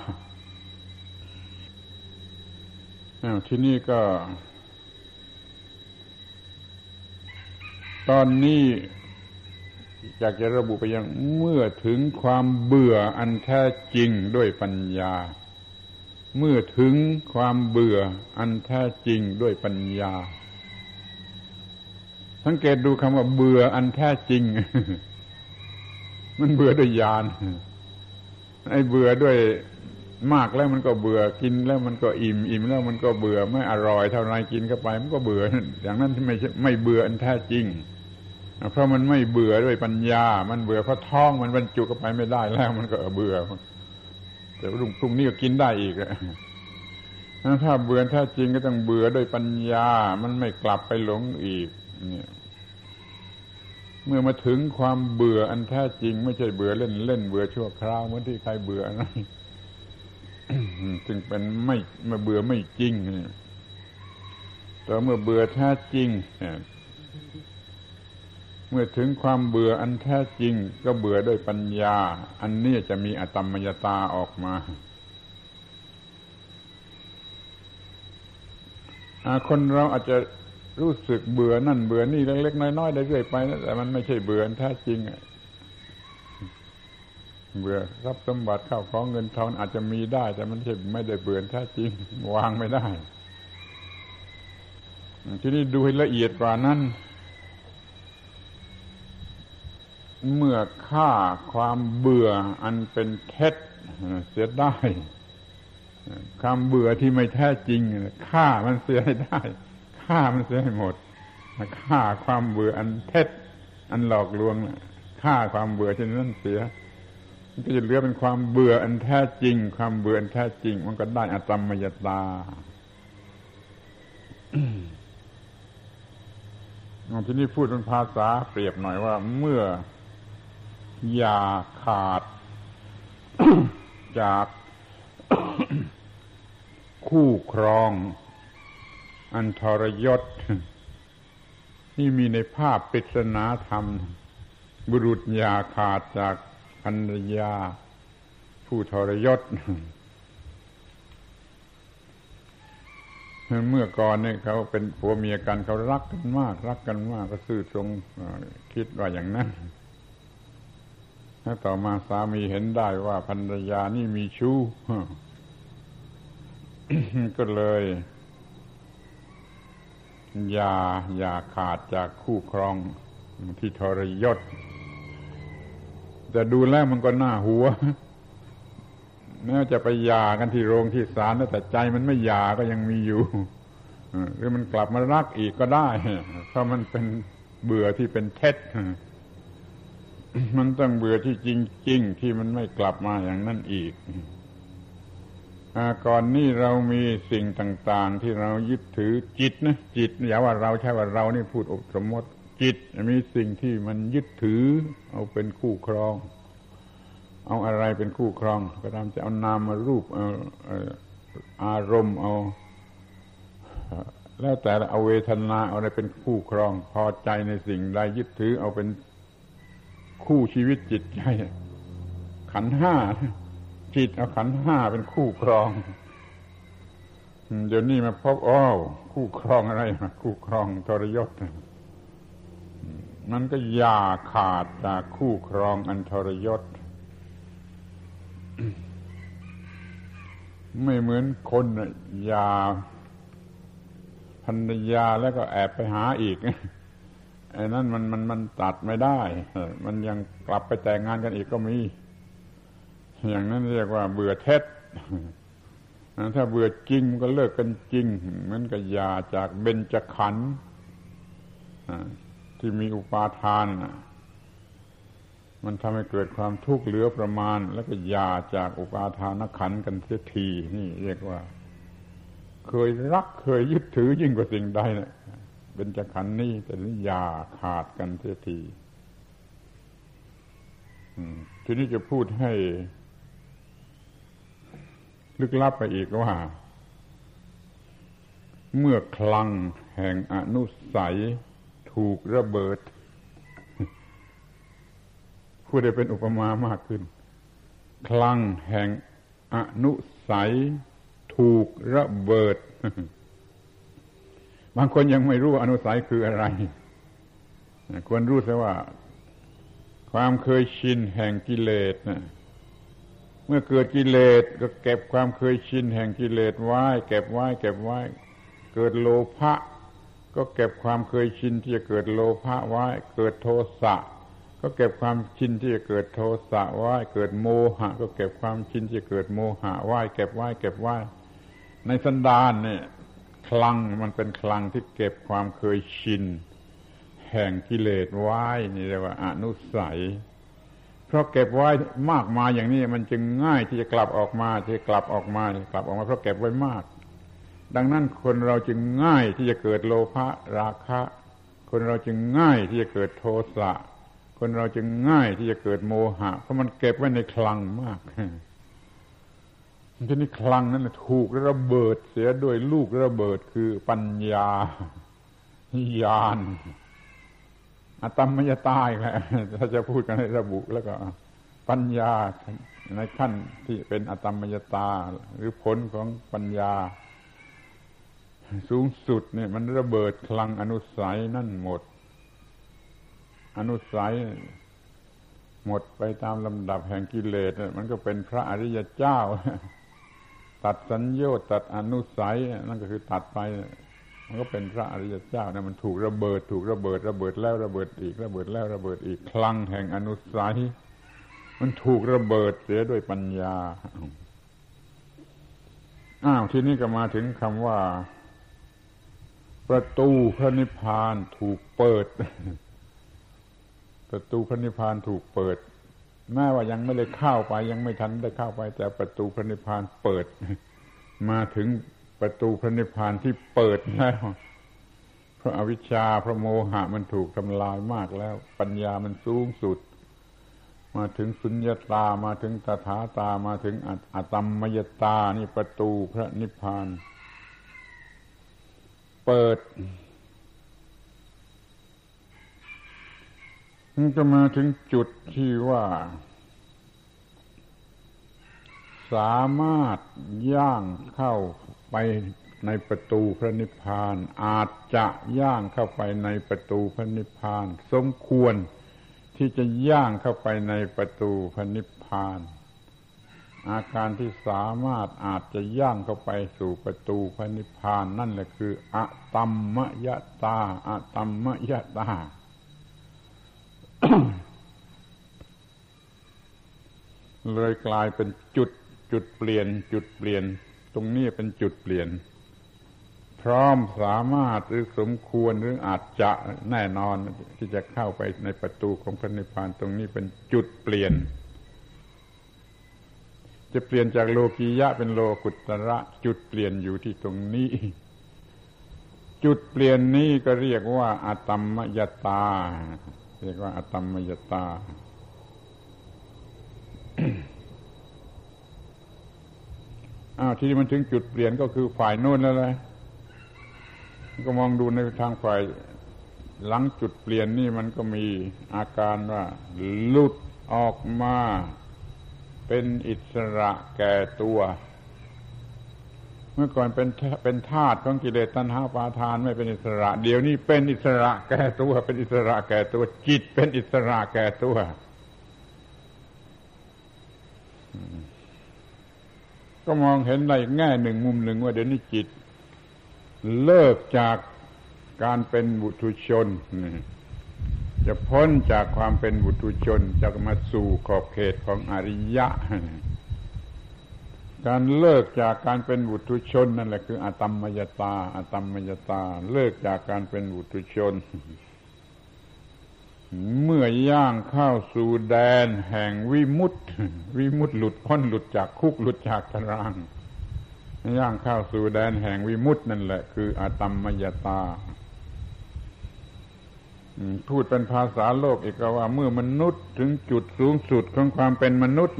Speaker 1: ที่นี่ก็ตอนนี้อยากจะระบุไปยังเมื่อถึงความเบื่ออันแท้จริงด้วยปัญญาเมื่อถึงความเบื่ออันแท้จริงด้วยปัญญาสังเกตดูคำว่าเบื่ออันแท้จริง มันเบื่อด้วยญาณไอ้เบื่อด้วยมากแล้วมันก็เบื่อกินแล้วมันก็อิ่มแล้วมันก็เบื่อไม่อร่อยเท่าไรกินเข้าไปมันก็เบื่ออย่างนั้นที่ไม่เบื่ออันแท้จริงเพราะมันไม่เบื่อด้วยปัญญามันเบื่อเพราะท้องมันบรรจุเข้าไปไม่ได้แล้วมันก็เบื่อแต่พรุ่งนี้ก็กินได้อีกถ้าเบื่อแท้จริงก็ต้องเบื่อด้วยปัญญามันไม่กลับไปหลงอีกเนี่ยเมื่อมาถึงความเบื่ออันแท้จริงไม่ใช่เบื่อเล่นเบื่อชั่วคราวเหมือนที่ใครเบื่ออะไรจึงเป็นไม่เบื่อไม่จริงแต่เมื่อเบื่อแท้จริงเมื่อถึงความเบื่ออันแท้จริงก็เบื่อด้วยปัญญาอันนี้จะมีอตมมยตาออกมาคนเราอาจจะรู้สึกเบื่อนั่นเบื่อนี่เล็กๆน้อยๆได้เรื่อยไปแต่มันไม่ใช่เบื่อแท้จริงเบื่อทรัพย์สมบัติข้าวของเงินทองอาจจะมีได้แต่มันไม่ได้เบื่อแท้จริงวางไม่ได้ทีนี้ดูให้ละเอียดกว่านั้นเมื่อฆ่าความเบื่ออันเป็นเท็จเสียได้ความเบื่อที่ไม่แท้จริงฆ่ามันเสียให้ได้ฆ่ามันเสียให้หมดฆ่าความเบื่ออันเท็จอันหลอกลวงฆ่าความเบื่อเช่นนั้นเสียมันก็จะเหลือเป็นความเบื่ออันแท้จริงความเบื่ออันแท้จริงมันก็ได้อตมมยตา ทีนี้พูดเป็นภาษาเปรียบหน่อยว่าเมื่ออย่าขาด จาก คู่ครองอันทรยศที่มีในภาพปริศนาธรรมบุรุษอย่าขาดจากภรรยาผู้ทรยศเมื่อก่อนเนี่ยเขาเป็นผัวเมียกันเขารักกันมากก็ซื่อตรงคิดว่าอย่างนั้นแล้วต่อมาสามีเห็นได้ว่าภรรยานี่มีชู้ ก็เลยอย่าขาดจากคู่ครองที่ทรยศแต่ดูแล้วมันก็น่าหัวแม้จะไปหย่ากันที่โรงที่ศาลแต่ใจมันไม่หย่าก็ยังมีอยู่หรือมันกลับมารักอีกก็ได้เพราะมันเป็นเบื่อที่เป็นเท็จมันต้องเบื่อที่จริงๆที่มันไม่กลับมาอย่างนั้นอีกก่อนนี้เรามีสิ่งต่างๆที่เรายึดถือจิตนะจิตอย่าว่าเราใช่ว่าเรานี่พูดสมมติจิตมีสิ่งที่มันยึดถือเอาเป็นคู่ครองเอาอะไรเป็นคู่ครองก็ตามจะเอานามมารูปเอาอารมณ์เอาแล้วแต่เอาเวทนาเอาอะไรเป็นคู่ครองพอใจในสิ่งใดยึดถือเอาเป็นคู่ชีวิตจิตใจขันธ์ห้าจิตเอาขันธ์ห้าเป็นคู่ครองเดี๋ยวนี้มาพบคู่ครองอะไรคู่ครองทรยศมันก็อย่าขาดจากคู่ครองอันทรยศไม่เหมือนคนอย่าภรรยาแล้วก็แอบไปหาอีกไอ้นั่นมันตัดไม่ได้มันยังกลับไปแต่งงานกันอีกก็มีอย่างนั้นเรียกว่าเบื่อเท็จถ้าเบื่อจริงก็เลิกกันจริงเหมือนกับยาจากเบญจขันธ์ที่มีอุปาทานมันทำให้เกิดความทุกข์เหลือประมาณแล้วก็ยาจากอุปาทานขันธ์กันเสียทีนี่เรียกว่าเคยรักเคยยึดถือยิ่งกว่าสิ่งใดนะเบญจขันธ์นี่แต่นี่ยาขาดกันเสียทีทีนี้จะพูดให้ลึกลับไปอีกว่าเมื่อคลังแห่งอนุสัยถูกระเบิดพูดได้เป็นอุปมามากขึ้นคลังแห่งอนุสัยถูกระเบิดบางคนยังไม่รู้อนุสัยคืออะไรควรรู้ซะว่าความเคยชินแห่งกิเลสเมื่อเกิดกิเลสก็เก็บความเคยชินแห่งกิเลสไว้เก็บไว้เกิดโลภะก็เก็บความเคยชินที่จะเกิดโลภะไว้เกิดโทสะก็เก็บความชินที่จะเกิดโทสะไว้เกิดโมหะก็เก็บความชินที่จะเกิดโมหะไว้เก็บไว้ในสันดานเนี่ยคลังมันเป็นคลังที่เก็บความเคยชินแห่งกิเลสไว้นี่เรียกว่าอนุสัยเพราะเก็บไว้มากมายอย่างนี้มันจึงง่ายที่จะกลับออกมาเพราะเก็บไว้มากดังนั้นคนเราจึงง่ายที่จะเกิดโลภะราคะคนเราจึงง่ายที่จะเกิดโทสะคนเราจึงง่ายที่จะเกิดโมหะเพราะมันเก็บไว้ในคลังมากทีนี้คลังนั้นถูกระเบิดเสียด้วยลูกระเบิดคือปัญญาญาณอตมมยตาอีกแล้วถ้าจะพูดกันให้ระบุแล้วก็ปัญญาในขั้นที่เป็นอตมมยตาหรือผลของปัญญาสูงสุดเนี่ยมันระเบิดคลังอนุสัยนั่นหมดอนุสัยหมดไปตามลำดับแห่งกิเลสมันก็เป็นพระอริยเจ้าตัดสัญโยชน์ตัดอนุสัยนั่นก็คือตัดไปมันก็เป็นพระอริยเจ้าเนี่ยมันถูกระเบิดแล้วระเบิดอีกระเบิดแล้วระเบิดอีกคลังแห่งอนุสัยมันถูกระเบิดเสียด้วยปัญญาทีนี้ก็มาถึงคำว่าประตูพระนิพพานถูกเปิดประตูพระนิพพานถูกเปิดแม้ว่ายังไม่ได้เข้าไปยังไม่ทันได้เข้าไปแต่ประตูพระนิพพานเปิดมาถึงประตูพระนิพพานที่เปิดแล้วเพราะอวิชชาเพราะโมหะมันถูกทำลายมากแล้วปัญญามันสูงสุดมาถึงสุญญตามาถึงตถาตามาถึงอตมมยตานี่ประตูพระนิพพานเปิดมันก็มาถึงจุดที่ว่าสามารถย่างเข้าไปในประตูพระนิพพานอาจจะย่างเข้าไปในประตูพระนิพพานสมควรที่จะย่างเข้าไปในประตูพระนิพพานอาการที่สามารถอาจจะย่างเข้าไปสู่ประตูพระนิพพานนั่นแหละคืออะตัมมยตาอะตัมมยตา เลยกลายเป็นจุดเปลี่ยนตรงนี้เป็นจุดเปลี่ยนพร้อมสามารถหรือสมควรหรืออาจจะแน่นอนที่จะเข้าไปในประตูของพระนิพพานตรงนี้เป็นจุดเปลี่ยนจะเปลี่ยนจากโลกียะเป็นโลกุตระจุดเปลี่ยนอยู่ที่ตรงนี้จุดเปลี่ยนนี้ก็เรียกว่าอตัมมยตาเรียกว่าอตัมมยตา ที่มันถึงจุดเปลี่ยนก็คือฝ่ายโน้นแล้วแหละก็มองดูในทางฝ่ายหลังจุดเปลี่ยนนี่มันก็มีอาการว่าหลุดออกมาเป็นอิสระแก่ตัวเมื่อก่อนเป็นทาสของกิเลสตัณหาอุปาทานไม่เป็นอิสระเดี๋ยวนี้เป็นอิสระแก่ตัวเป็นอิสระแก่ตัวจิตเป็นอิสระแก่ตัวก็มองเห็นในแง่หนึ่งมุมหนึ่งว่าเดี๋ยวนี้จิตเลิกจากการเป็นบุถุชนจะพ้นจากความเป็นบุถุชนจะมาสู่ขอบเขตของอริยะการเลิกจากการเป็นบุถุชนนั่นแหละคืออตัมมยตาอตัมมยตาเลิกจากการเป็นบุถุชนเมื่อย่างเข้าสู่แดนแห่งวิมุตติวิมุตติหลุดพ้นหลุดจากคุกหลุดจากตารางย่างเข้าสู่แดนแห่งวิมุตตินั่นแหละคืออตัมมยตาพูดเป็นภาษาโลกอีกก็ว่าเมื่อมนุษย์ถึงจุดสูงสุดของความเป็นมนุษย์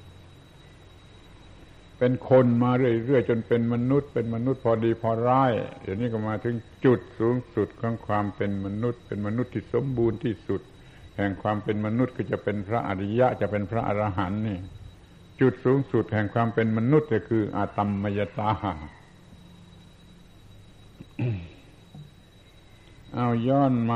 Speaker 1: เป็นคนมาเรื่อยๆจนเป็นมนุษย์เป็นมนุษย์พอดีพอร้ายเดี๋ยวนี้ก็มาถึงจุดสูงสุดของความเป็นมนุษย์เป็นมนุษย์ที่สมบูรณ์ที่สุดแห่งความเป็นมนุษย์คือจะเป็นพระอริยะจะเป็นพระอรหันต์นี่จุดสูงสุดแห่งความเป็นมนุษย์ก็คืออตัมมยตา เอาย้อนมา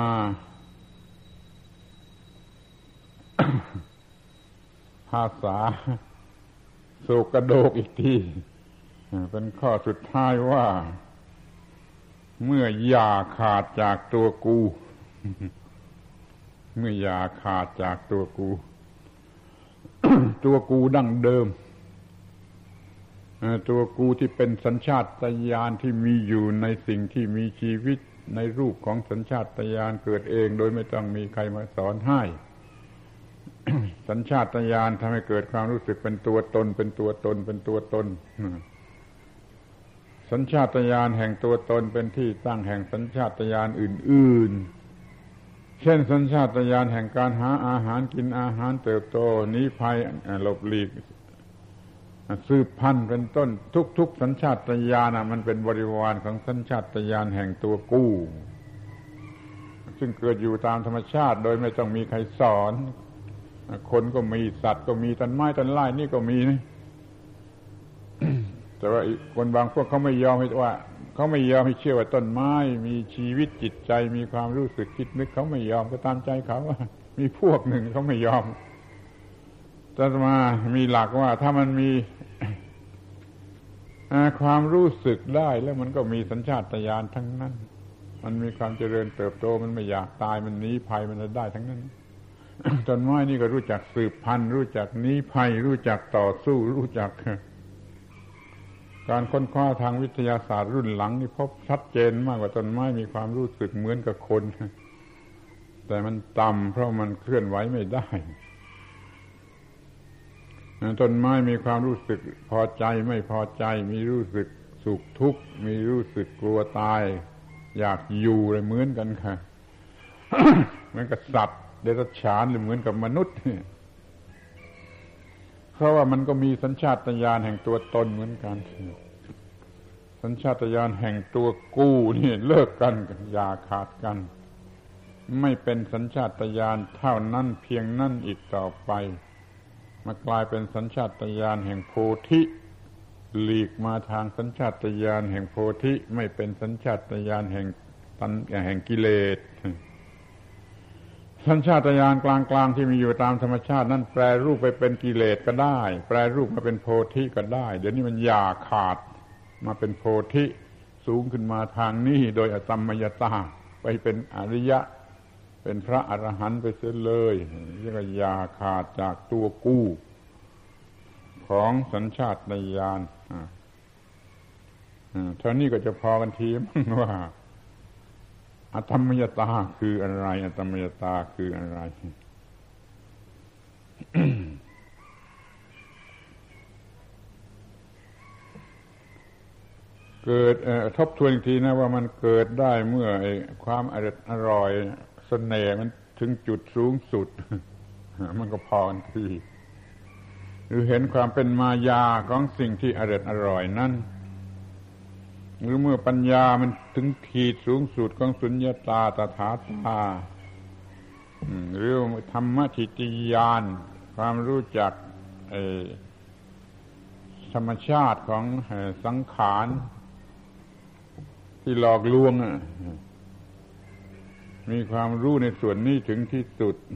Speaker 1: ภาษาโศกโดกอีกทีเป็นข้อสุดท้ายว่าเมื่ออย่าขาดจากตัวกู เมื่ออย่าขาดจากตัวกู ตัวกูดั้งเดิมตัวกูที่เป็นสัญชาตญาณที่มีอยู่ในสิ่งที่มีชีวิตในรูปของสัญชาตญาณเกิดเองโดยไม่ต้องมีใครมาสอนให้ สัญชาตญาณทำให้เกิดความรู้สึกเป็นตัวตนเป็นตัวตนเป็นตัวตนสัญชาตญาณแห่งตัวตนเป็นที่ตั้งแห่งสัญชาตญาณอื่นๆเช่นสัญชาตญาณแห่งการหาอาหารกินอาหารเติบโตหนีภัยหลบหลีกสืบพันธุ์เป็นต้นทุกๆสัญชาตญาณมันเป็นบริวารของสัญชาตญาณแห่งตัวกู้ซึ่งเกิดอยู่ตามธรรมชาติโดยไม่ต้องมีใครสอนคนก็มีสัตว์ก็มีต้นไม้ต้นไม้นี่ก็มีนะ แต่ว่าคนบางพวกเขาไม่ยอมให้ว่าเขาไม่ยอมให้เชื่อว่าต้นไม้มีชีวิตจิตใจมีความรู้สึกคิดนึกเขาไม่ยอมก็ตามใจเขาว่ามีพวกหนึ่งเขาไม่ยอมแต่มามีหลักว่าถ้ามันมีความรู้สึกได้แล้วมันก็มีสัญชาตญาณทั้งนั้นมันมีความเจริญเติบโตมันไม่อยากตายมันหนีภัยมันได้ทั้งนั้น ต้นไม้นี่ก็รู้จักสืบพันธุ์รู้จักหนีภัยรู้จักต่อสู้รู้จักการค้นคว้าทางวิทยาศาสตร์รุ่นหลังนี่พบชัดเจนมากกว่าต้นไม้มีความรู้สึกเหมือนกับคนแต่มันต่ำเพราะมันเคลื่อนไหวไม่ได้ต้นไม้มีความรู้สึกพอใจไม่พอใจมีรู้สึกสุขทุกข์มีรู้สึกกลัวตายอยากอยู่อะไรเหมือนกันค่ะ เหมือนกับสัตว์เดรัจฉานหรือเหมือนกับมนุษย์เพราะว่ามันก็มีสัญชาตญาณแห่งตัวตนเหมือนกันสัญชาตญาณแห่งตัวกู้นี่เลิกกันอย่าขาดกันไม่เป็นสัญชาตญาณเท่านั้นเพียงนั้นอีกต่อไปมากลายเป็นสัญชาตญาณแห่งโพธิหลีกมาทางสัญชาตญาณแห่งโพธิไม่เป็นสัญชาตญาณแห่งกิเลสสัญชาตญาณกลางๆที่มีอยู่ตามธรรมชาตินั้นแปรรูปไปเป็นกิเลสก็ได้แปรรูปมาเป็นโพธิก็ได้เดี๋ยวนี้มันอย่าขาดมาเป็นโพธิสูงขึ้นมาทางนี้โดยอตัมมยตาไปเป็นอริยะเป็นพระอรหันต์ไปเสียเลยนี่ก็อย่าขาดจากตัวกู้ของสัญชาตญาณเท่านี้ก็จะพอกันทีมั้งว่าอธรรมยตาคืออะไรอธรรมยตาคืออะไร เกิดทบทวนอีกทีนะว่ามันเกิดได้เมื่อความอร่อยเสน่ห์มันถึงจุดสูงสุด มันก็พอกันทีหรือเห็นความเป็นมายาของสิ่งที่อร่อยนั่นหรือเมื่อปัญญามันถึงขีดสูงสุดของสุญญตาตถาตาหรือธรรมทิฏฐิญาณความรู้จักธรรมชาติของสังขารที่หลอกลวงมีความรู้ในส่วนนี้ถึงที่สุด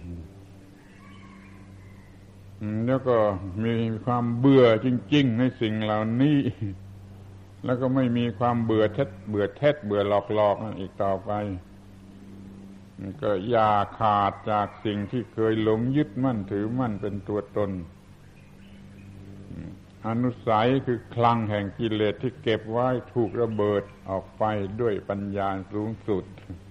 Speaker 1: แล้วก็มีความเบื่อจริงๆในสิ่งเหล่านี้แล้วก็ไม่มีความเบื่อเท็จเบื่อหลอกอีกต่อไปก็อย่าขาดจากสิ่งที่เคยหลงยึดมั่นถือมั่นเป็นตัวตนอนุสัยคือคลังแห่งกิเลสที่เก็บไว้ถูกระเบิดออกไปด้วยปัญญาสูงสุด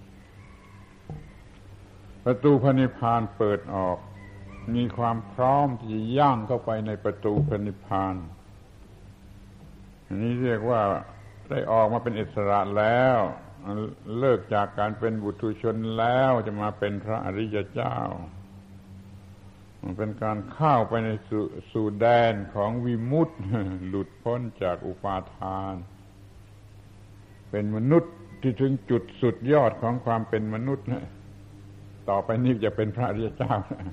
Speaker 1: ประตูพระนิพพานเปิดออกมีความพร้อมที่จะย่างเข้าไปในประตูพระนิพพานอันนี้เรียกว่าได้ออกมาเป็นอิสระแล้วเลิกจากการเป็นบุตุชนแล้วจะมาเป็นพระอริยเจ้ามันเป็นการเข้าไปในสู่แดนของวิมุตติหลุดพ้นจากอุปาทานเป็นมนุษย์ที่ถึงจุดสุดยอดของความเป็นมนุษย์ต่อไปนี้จะเป็นพระอริยเจ้า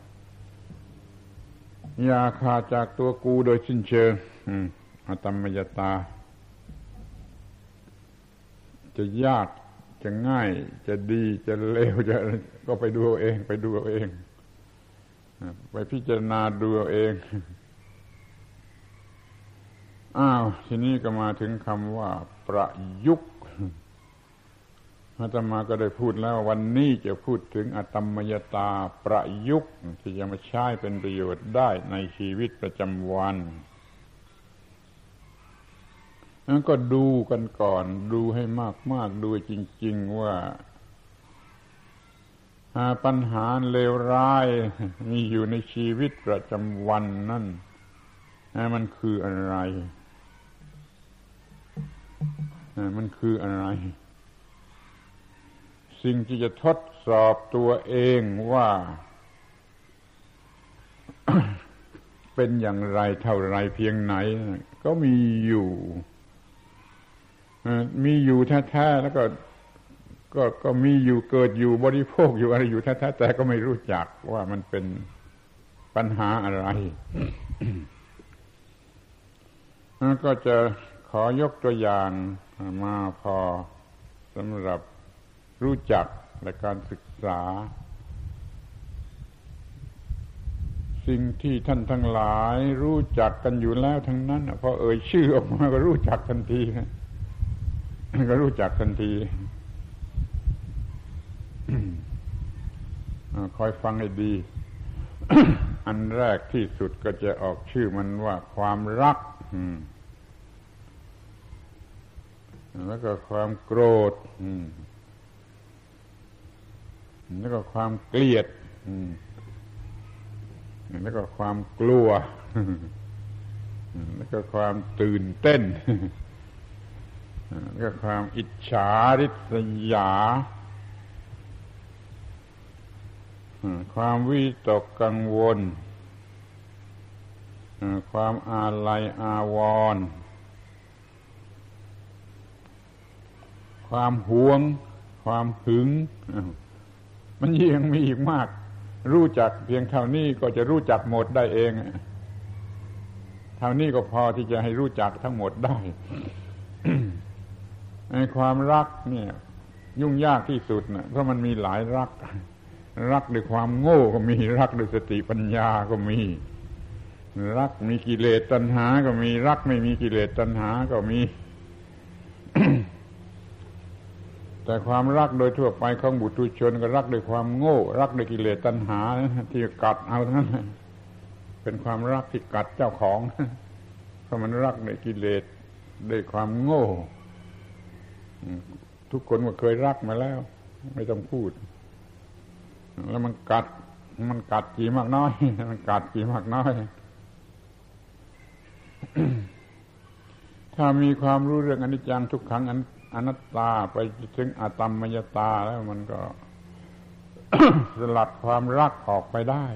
Speaker 1: อย่าขาดจากตัวกูโดยสิ้นเชิงอธรรมยตาจะยากจะง่ายจะดีจะเลวจะก็ไปดูเอาเองไปพิจารณาดูเอาเองทีนี้ก็มาถึงคำว่าประยุกต์อาตมาก็ได้พูดแล้ววันนี้จะพูดถึงอธรรมยตาประยุกต์ที่จะมาใช้เป็นประโยชน์ได้ในชีวิตประจำวันนั้นก็ดูกันก่อนดูให้มากๆดูจริงๆว่าปัญหาเลวร้ายมีอยู่ในชีวิตประจำวันนั่นมันคืออะไรสิ่งที่จะทดสอบตัวเองว่า เป็นอย่างไรเท่าไรเพียงไหนก็มีอยู่แท้ๆแล้วก็มีอยู่เกิดอยู่บริโภคอยู่อะไรอยู่แท้ๆแต่ก็ไม่รู้จักว่ามันเป็นปัญหาอะไร ก็จะขอยกตัวอย่างมาพอสำหรับรู้จักและการศึกษาสิ่งที่ท่านทั้งหลายรู้จักกันอยู่แล้วทั้งนั้นพอเอ่ยชื่อออกมาก็รู้จักทันทีก็รู้จักทันทีคอยฟังให้ดี อันแรกที่สุดก็จะออกชื่อมันว่าความรักแล้วก็ความโกรธแล้วก็ความเกลียดแล้วก็ความกลัวแล้วก็ความตื่นเต้นแล้วก็ความอิจฉาริษยาความวิตกกังวลความอาลัยอาวรณ์ความหวงความหึงมันยังมีอีกมากรู้จักเพียงเท่านี้ก็จะรู้จักหมดได้เองเท่านี้ก็พอที่จะให้รู้จักทั้งหมดได้ ในความรักเนี่ยยุ่งยากที่สุดนะเพราะมันมีหลายรักด้วยความโง่ก็มีรักด้วยสติปัญญาก็มีรักมีกิเลสตัณหาก็มีรักไม่มีกิเลสตัณหาก็มี แต่ความรักโดยทั่วไปของบุตุชนก็รักด้วยความโง่รักด้วยกิเลสตัณหาที่กัดเอาทั้งนั้นเป็นความรักที่กัดเจ้าของเพราะมันรักด้วยกิเลสด้วยความโง่ทุกคนก็เคยรักมาแล้วไม่ต้องพูดแล้วมันกัดกี่มากน้อยมันกัดกี่มากน้อย ถ้ามีความรู้เรื่องอนิจจังทุกขังอนัตตาไปถึงอาตัมมยตาแล้วมันก็ สลัดความรักออกไปได้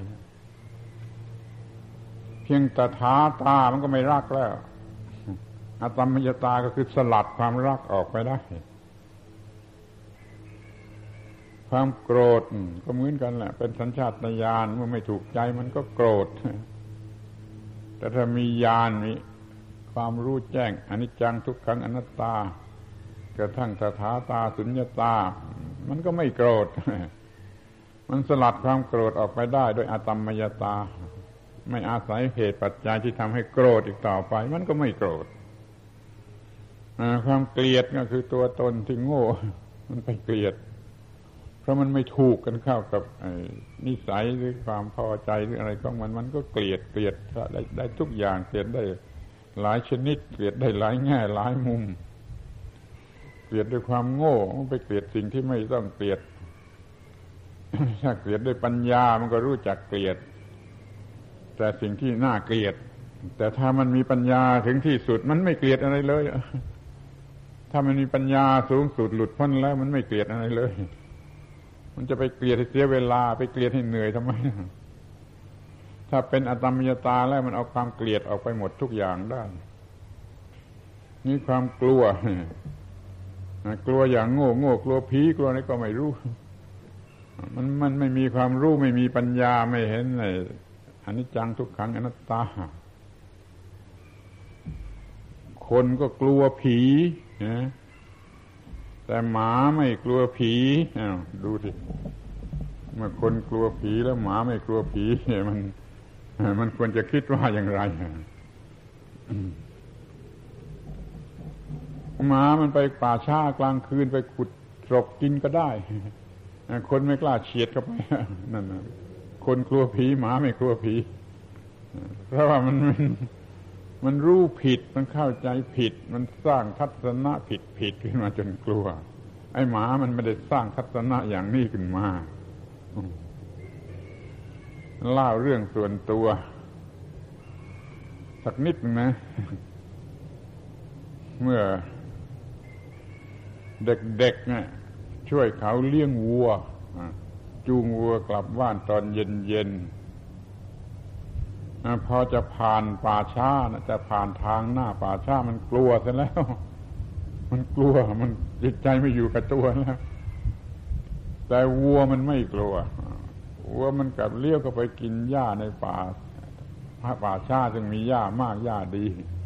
Speaker 1: เพียงแต่ทาตามันก็ไม่รักแล้วอาตัมมยตาก็คือสลัดความรักออกไปได้ความโกรธก็เหมือนกันแหละเป็นสัญชาตญาณเมื่อไม่ถูกใจมันก็โกรธแต่ถ้ามีญาณมีความรู้แจ้งอนิจจังทุกขังอนัตตากระทั่งตถาตาสุญญตามันก็ไม่โกรธมันสลัดความโกรธออกไปได้โดยอาตัมมยตาไม่อาศัยเหตุปัจจัยที่ทำให้โกรธอีกต่อไปมันก็ไม่โกรธความเกลียดก็คือตัวตนที่โง่มันไปเกลียดเพราะมันไม่ถูกกันเข้ากับนิสัยหรือความพอใจหรืออะไรของมันก็เกลียดได้ทุกอย่างเกลียดได้หลายชนิดเกลียดได้หลายแง่หลายมุมเกลียดด้วยความโง่มันไปเกลียดสิ่งที่ไม่ต้องเกลียดถ้าเกลียดด้วยปัญญามันก็รู้จักเกลียดแต่สิ่งที่น่าเกลียดแต่ถ้ามันมีปัญญาถึงที่สุดมันไม่เกลียดอะไรเลยถ้ามันมีปัญญาสูงสุดหลุดพ้นแล้วมันไม่เกลียดอะไรเลยมันจะไปเกลียดให้เสียเวลาไปเกลียดให้เหนื่อยทำไมถ้าเป็นอตัมมยตาแล้วมันเอาความเกลียดออกไปหมดทุกอย่างได้นี่ความกลัวกลัวอย่างโง่กลัวผีกลัวอะไรก็ไม่รู้มันไม่มีความรู้ไม่มีปัญญาไม่เห็นไอ้อนิจจังทุกขังอนัตตาคนก็กลัวผีนะแต่หมาไม่กลัวผีดูสิเมื่อคนกลัวผีแล้วหมาไม่กลัวผีมันควรจะคิดว่าอย่างไรหมามันไปป่าช้ากลางคืนไปขุดศพกินก็ได้คนไม่กล้าเฉียดเข้าไปนั่นนะคนกลัวผีหมาไม่กลัวผีเพราะว่ามันรู้ผิดมันเข้าใจผิดมันสร้างทัศนะผิดขึ้นมาจนกลัวไอ้หมามันไม่ได้สร้างทัศนะอย่างนี้ขึ้นมาเล่าเรื่องส่วนตัวสักนิดนึงนะเมื่อเด็กๆเนี่ยช่วยเขาเลี้ยงวัวจูงวัวกลับบ้านตอนเย็นพอจะผ่านป่าช้านะจะผ่านทางหน้าป่าช้ามันกลัวซะแล้วมันกลัวมันจิตใจไม่อยู่กับตัวแล้วแต่วัวมันไม่กลัววัวมันกลับเลี้ยวเข้าไปกินหญ้าในป่าช้าซึ่งมีหญ้ามากหญ้าดี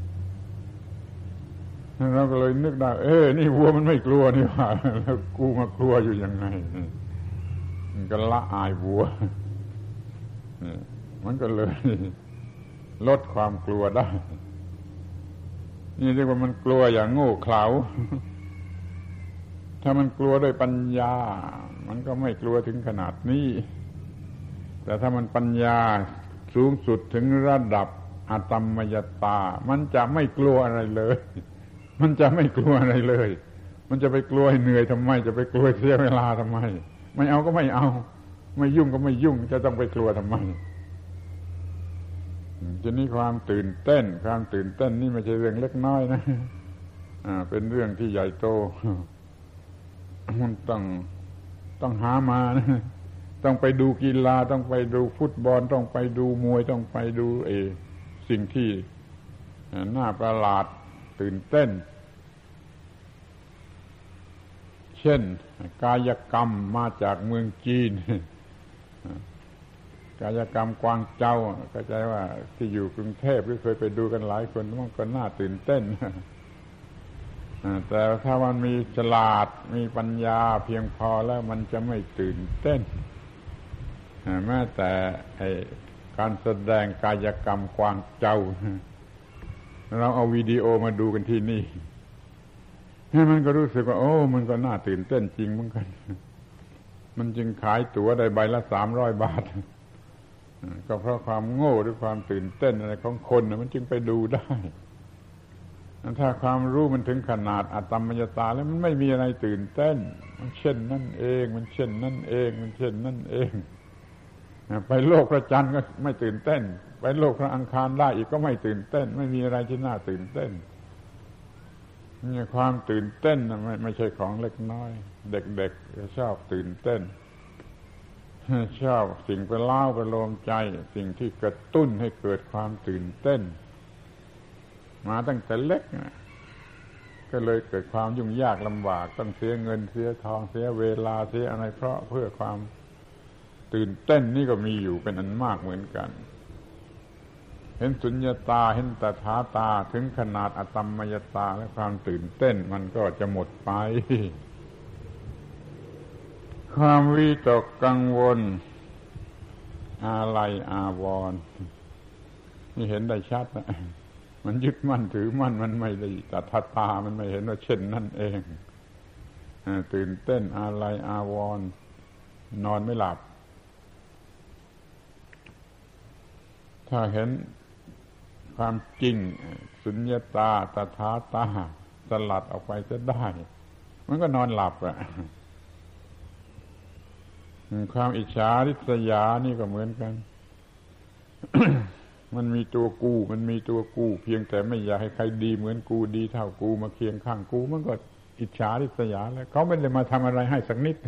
Speaker 1: เราก็เลยนึกได้นี่วัวมันไม่กลัวนี่หว่าแล้วกูมากลัวอยู่ยังไงมันก็ละอายวัวมันก็เลยลดความกลัวได้นี่เรียกว่ามันกลัวอย่างโง่เขลาถ้ามันกลัวด้วยปัญญามันก็ไม่กลัวถึงขนาดนี้แต่ถ้ามันปัญญาสูงสุดถึงระดับอาตัมมยตามันจะไม่กลัวอะไรเลยมันจะไม่กลัวอะไรเลยมันจะไปกลัวให้เหนื่อยทำไมจะไปกลัวเสียเวลาทำไมไม่เอาก็ไม่เอาไม่ยุ่งก็ไม่ยุ่งจะต้องไปกลัวทำไมทีนี้ความตื่นเต้นนี่ไม่ใช่เรื่องเล็กน้อยนะเป็นเรื่องที่ใหญ่โตมันต้องหามานะต้องไปดูกีฬาต้องไปดูฟุตบอลต้องไปดูมวยต้องไปดูสิ่งที่น่าประหลาดตื่นเต้นเช่นกายกรรมมาจากเมืองจีนกายกรรมกวางเจ้าเข้าใจว่าที่อยู่กรุงเทพหรือเคยไปดูกันหลายคนมันก็น่าตื่นเต้นแต่ถ้ามันมีฉลาดมีปัญญาเพียงพอแล้วมันจะไม่ตื่นเต้นแม้แต่การแสดงกายกรรมกวางเจ้าเราเอาวิดีโอมาดูกันที่นี่มันก็รู้สึกว่ามันก็น่าตื่นเต้นจริงเหมือนกันมันจึงขายตั๋วได้ใบละ300 บาทก็เพราะความโง่หรือความตื่นเต้นอะไรของคนมันจึงไปดูได้ถ้าความรู้มันถึงขนาดอตมมยตาแล้วมันไม่มีอะไรตื่นเต้นมันเช่นนั่นเองมันเช่นนั่นเองมันเช่นนั่นเองไปโลกพระจันทร์ก็ไม่ตื่นเต้นไปโลกพระอังคารได้อีกก็ไม่ตื่นเต้นไม่มีอะไรที่น่าตื่นเต้นนี่ความตื่นเต้นไม่ใช่ของเล็กน้อยเด็กๆชอบตื่นเต้นชอบสิ่งไปเล่าไปโลมใจสิ่งที่กระตุ้นให้เกิดความตื่นเต้นมาตั้งแต่เล็กก็เลยเกิดความยุ่งยากลำบากต้องเสียเงินเสียทองเสียเวลาเสียอะไรเพราะเพื่อความตื่นเต้นนี่ก็มีอยู่เป็นอันมากเหมือนกันเห็นสุญญตาเห็นตถาตาถึงขนาดอตมมยตาและความตื่นเต้นมันก็จะหมดไปความวิตกกังวลอาลัยอาวรณ์นี่เห็นได้ชัดนะมันยึดมั่นถือมั่นมันไม่ได้ตถาตามันไม่เห็นว่าเช่นนั่นเองตื่นเต้นอาลัยอาวรณ์นอนไม่หลับถ้าเห็นความจริงสุญญตาตถาตาสลัดออกไปจะได้มันก็นอนหลับอ่ะความอิจฉาริษยานี่ก็เหมือนกัน มันมีตัวกูมันมีตัวกูเพียงแต่ไม่อยากให้ใครดีเหมือนกูดีเท่ากูมาเคียงข้างกูมันก็อิจฉาริษยาแล้วเขาไม่ได้มาทำอะไรให้สักนิด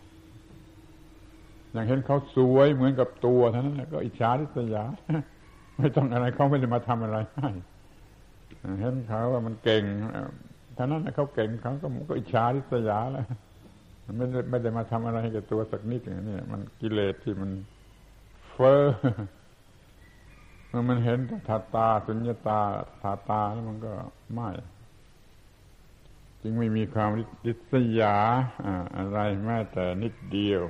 Speaker 1: อย่างเห็นเขาสวยเหมือนกับตัวเท่านั้นแหละก็อิจฉาริษยาไม่ต้องอะไรเขาไม่ได้มาทำอะไรให้เห็นเขาว่ามันเก่งเท่านั้นเขาเก่งเขาก็อิจฉาริษยาแล้วไม่ได้มาทำอะไรให้กับตัวสักนิดอย่างนี้มันกิเลสที่มันเฟ้อเมื่อมันเห็นตาตาสุญญตาตาตาแล้วมันก็ไม่จึงไม่มีความริษยาอะไรแม้แต่นิดเดียว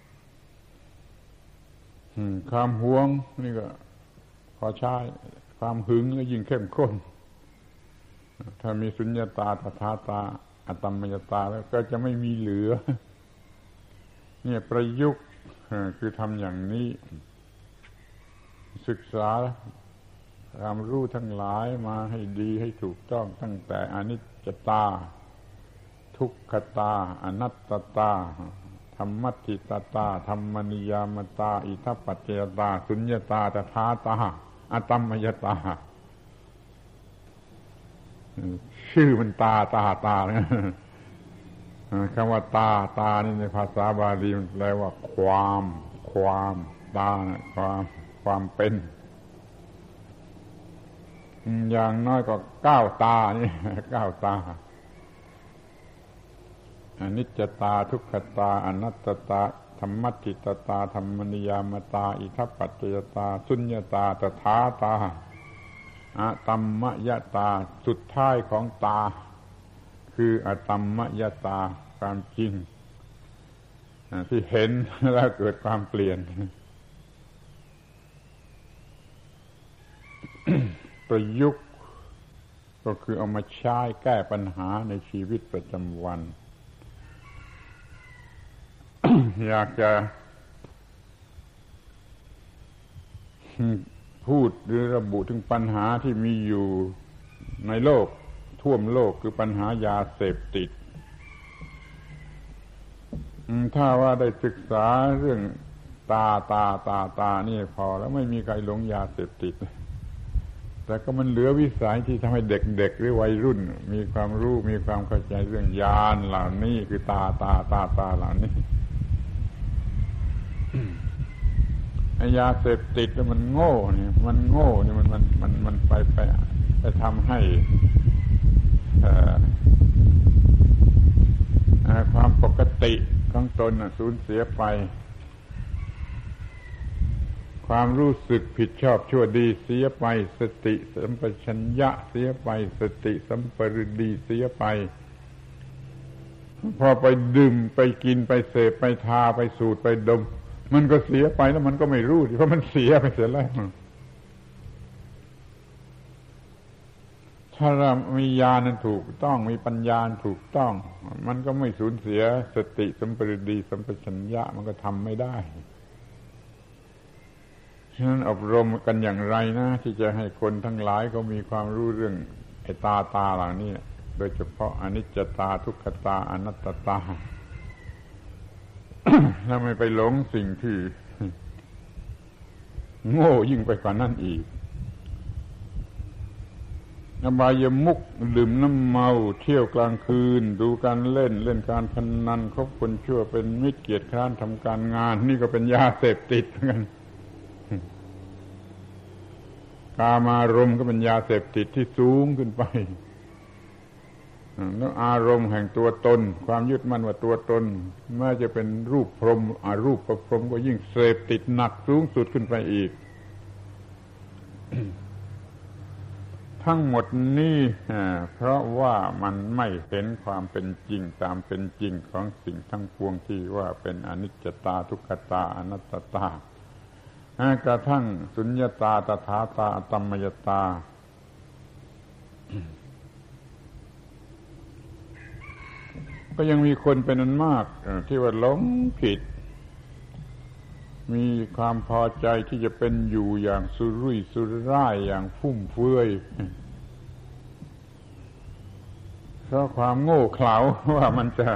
Speaker 1: ความหวงนี่ก็พอใช้ความหึงก็ยิ่งเข้มข้นถ้ามีสุญญตาตถาตาอตมมยตาแล้วก็จะไม่มีเหลือเนี่ยประยุกต์คือทำอย่างนี้ศึกษาความรู้ทั้งหลายมาให้ดีให้ถูกต้องตั้งแต่อนิจจตาทุกขตาอนัตตาธรรมัตถิตตาธรรมนิยามตาอิทัปปัจจยตาสุญญตาตถาตาอตมมยตาชื่อมันตานะคำว่าตานี่ในภาษาบาลีมันแปลว่าความตานะความเป็นอย่างน้อยก็9ตานี่9ตาอนิจจตาทุกขตาอนัตตาธรรมัตถิตตาธรรมนิยามตาอิทัปปัจจยตาสุญญตาตถาตาอตมมยตาสุดท้ายของตาคืออตมมยตาความจริงที่เห็นแล้วเกิดความเปลี่ยน ประยุกต์ก็คือเอามาใช้แก้ปัญหาในชีวิตประจำวัน อยากจะพูดหรือระบุถึงปัญหาที่มีอยู่ในโลกท่วมโลกคือปัญหายาเสพติดถ้าว่าได้ศึกษาเรื่องตานี่พอแล้วไม่มีใครหลงยาเสพติดแต่ก็มันเหลือวิสัยที่ทำให้เด็กๆหรือวัยรุ่นมีความรู้มีความเข้าใจเรื่องญาณเหล่านี้คือตาเหล่านี้ไอ้ยาเสพติดแล้วมันโง่นี่มันไปทำให้ความปกติของตนสูญเสียไปความรู้สึกผิดชอบชั่วดีเสียไปสติสัมปชัญญะเสียไปสติสัมปริดีเสียไปพอไปดื่มไปกินไปเสพไปทาไปสูดไปดมมันก็เสียไปแล้วมันก็ไม่รู้เพราะมันเสียไปเสียแล้วถ้าเรามีญาณนั้นถูกต้องมีปัญญาถูกต้องมันก็ไม่สูญเสียสติสัมปริดีสัมปชัญญะมันก็ทำไม่ได้ฉะนั้นอบรมกันอย่างไรนะที่จะให้คนทั้งหลายเขามีความรู้เรื่องไอ้ตาเหล่านี้โดยเฉพาะอนิจจตาทุกขตาอนัตตา แล้วไม่ไปหลงสิ่งที่โง่ยิ่งไปกว่านั้นอีกอบายมุขดื่มน้ำเมาเที่ยวกลางคืนดูการเล่นการพนันคบคนชั่วเป็นมิตรเกียรติคร้านทำการงานนี่ก็เป็นยาเสพติดเหมือนกันกามารมณ์ก็เป็นยาเสพติดที่สูงขึ้นไปแล้วอารมณ์แห่งตัวตนความยึดมั่นว่าตัวตนแม้จะเป็นรูปพรหมอรูปประพรหมก็ยิ่งเสพติดหนักสูงสุดขึ้นไปอีก ทั้งหมดนี้เพราะว่ามันไม่เห็นความเป็นจริงตามเป็นจริงของสิ่งทั้งปวงที่ว่าเป็นอนิจจตาทุกขตาอนัตตากระทั่งสุญญตาตถาตาอตัมมยตาก็ยังมีคนเป็นอันมากที่ว่าหลงผิดมีความพอใจที่จะเป็นอยู่อย่างสุรุ่ยสุร่ายอย่างฟุ่มเฟือยเพราะความโง่เขลาว่ามันจะ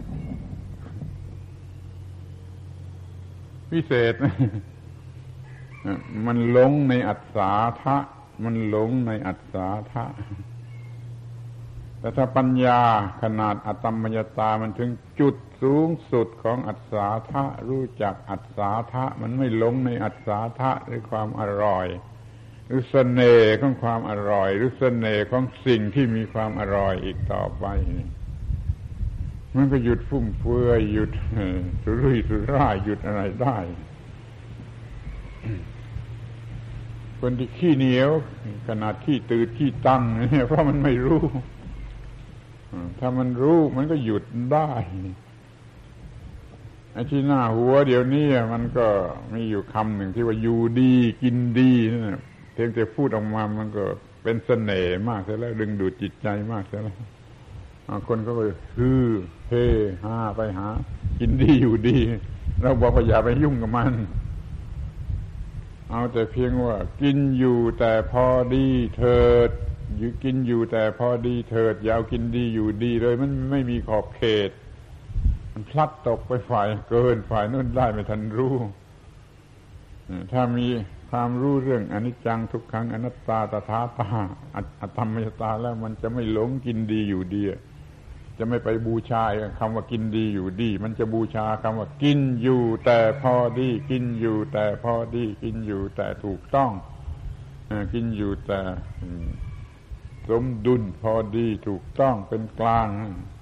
Speaker 1: วิเศษมันหลงในอัศสาทะมันหลงในอัศสาทะแต่ถ้าปัญญาขนาดอตัมมยตามันถึงจุดสูงสุดของอัศสาทะรู้จักอัศสาทะมันไม่หลงในอัศสาทะหรือความอร่อยหรือเสน่ห์ของความอร่อยหรือเสน่ห์ของสิ่งที่มีความอร่อยอีกต่อไปมันก็หยุดฟุ่มเฟือยหยุดสุรุ่ยสุร่ายหยุดอะไรได้คนที่ขี้เหนียวขนาดขี้ตืดขี้ตั้งเนี่ยเพราะมันไม่รู้ถ้ามันรู้มันก็หยุดได้ไอ้ที่หน้าหัวเดี๋ยวนี้มันก็มีอยู่คำหนึ่งที่ว่าอยู่ดีกินดีนั่นแหละเพียงแต่พูดออกมามันก็เป็นเสน่ห์มากเสียแล้วดึงดูดจิตใจมากเสียแล้วคนก็เลยเฮฮาไปหากินดีอยู่ดีเราบอกว่าอย่าไปยุ่งกับมันเอาแต่เพียงว่ากินอยู่แต่พอดีเถิดอยู่กินอยู่แต่พอดีเถิดอย่าเอากินดีอยู่ดีเลยมันไม่มีขอบเขตมันพลัดตกไปฝ่ายเกินฝ่ายนู้นได้ไม่ทันรู้ถ้ามีความรู้เรื่องอนิจจังทุกขังอนัตตาตถาตาอธรรมยตาแล้วมันจะไม่หลงกินดีอยู่ดีจะไม่ไปบูชาคำว่ากินดีอยู่ดีมันจะบูชาคำว่ากินอยู่แต่พอดีกินอยู่แต่พอดีกินอยู่แต่ถูกต้องกินอยู่แต่สมดุลพอดีถูกต้องเป็นกลาง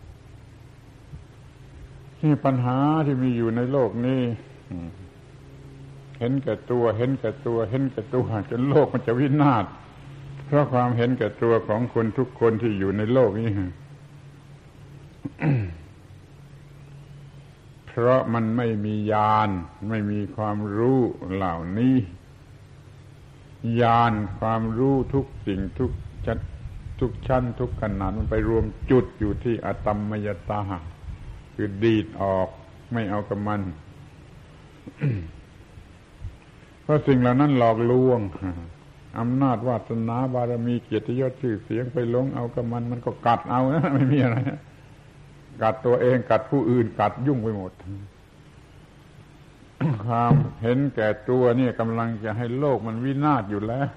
Speaker 1: นี่ปัญหาที่มีอยู่ในโลกนี้เห็นแก่ตัวเห็นแก่ตัวเห็นแก่ตัวจนโลกมันจะวินาศเพราะความเห็นแก่ตัวของคนทุกคนที่อยู่ในโลกนี้เพราะมันไม่มีญาณไม่มีความรู้เหล่านี้ญาณความรู้ทุกสิ่งทุกชั้นทุกขนาดมันไปรวมจุดอยู่ที่อตัมมยตาคือดีดออกไม่เอากับมัน เพราะสิ่งเหล่านั้นหลอกลวงอำนาจวาสนาบารมีเกียรติยศชื่อเสียงไปหลงเอากับมันก็กัดเอานะไม่มีอะไรกัดตัวเองกัดผู้อื่นกัดยุ่งไปหมด ความเห็นแก่ตัวนี่กำลังจะให้โลกมันวินาศอยู่แล้ว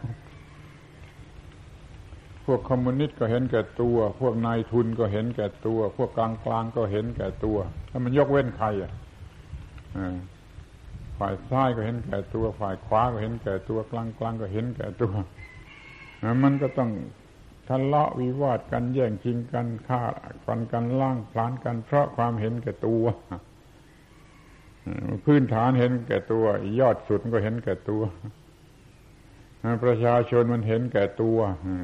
Speaker 1: พวกคอมมิวนิสต์ก็เห็นแก่ตัวพวกนายทุนก็เห็นแก่ตัวพวกกลางก็เห็นแก่ตัวถ้ามันยกเว้นใครฝ่ายซ้ายก็เห็นแก่ตัวฝ่ายขวาก็เห็นแก่ตัวกลางก็เห็นแก่ตัวมันก็ต้องทะเลาะวิวาทกันแย่งชิงกันฆ่าฟันกันล้างผลาญกันเพราะความเห็นแก่ตัวพื้นฐานเห็นแก่ตัวยอดสุดก็เห็นแก่ตัวประชาชนมันเห็นแก่ตัว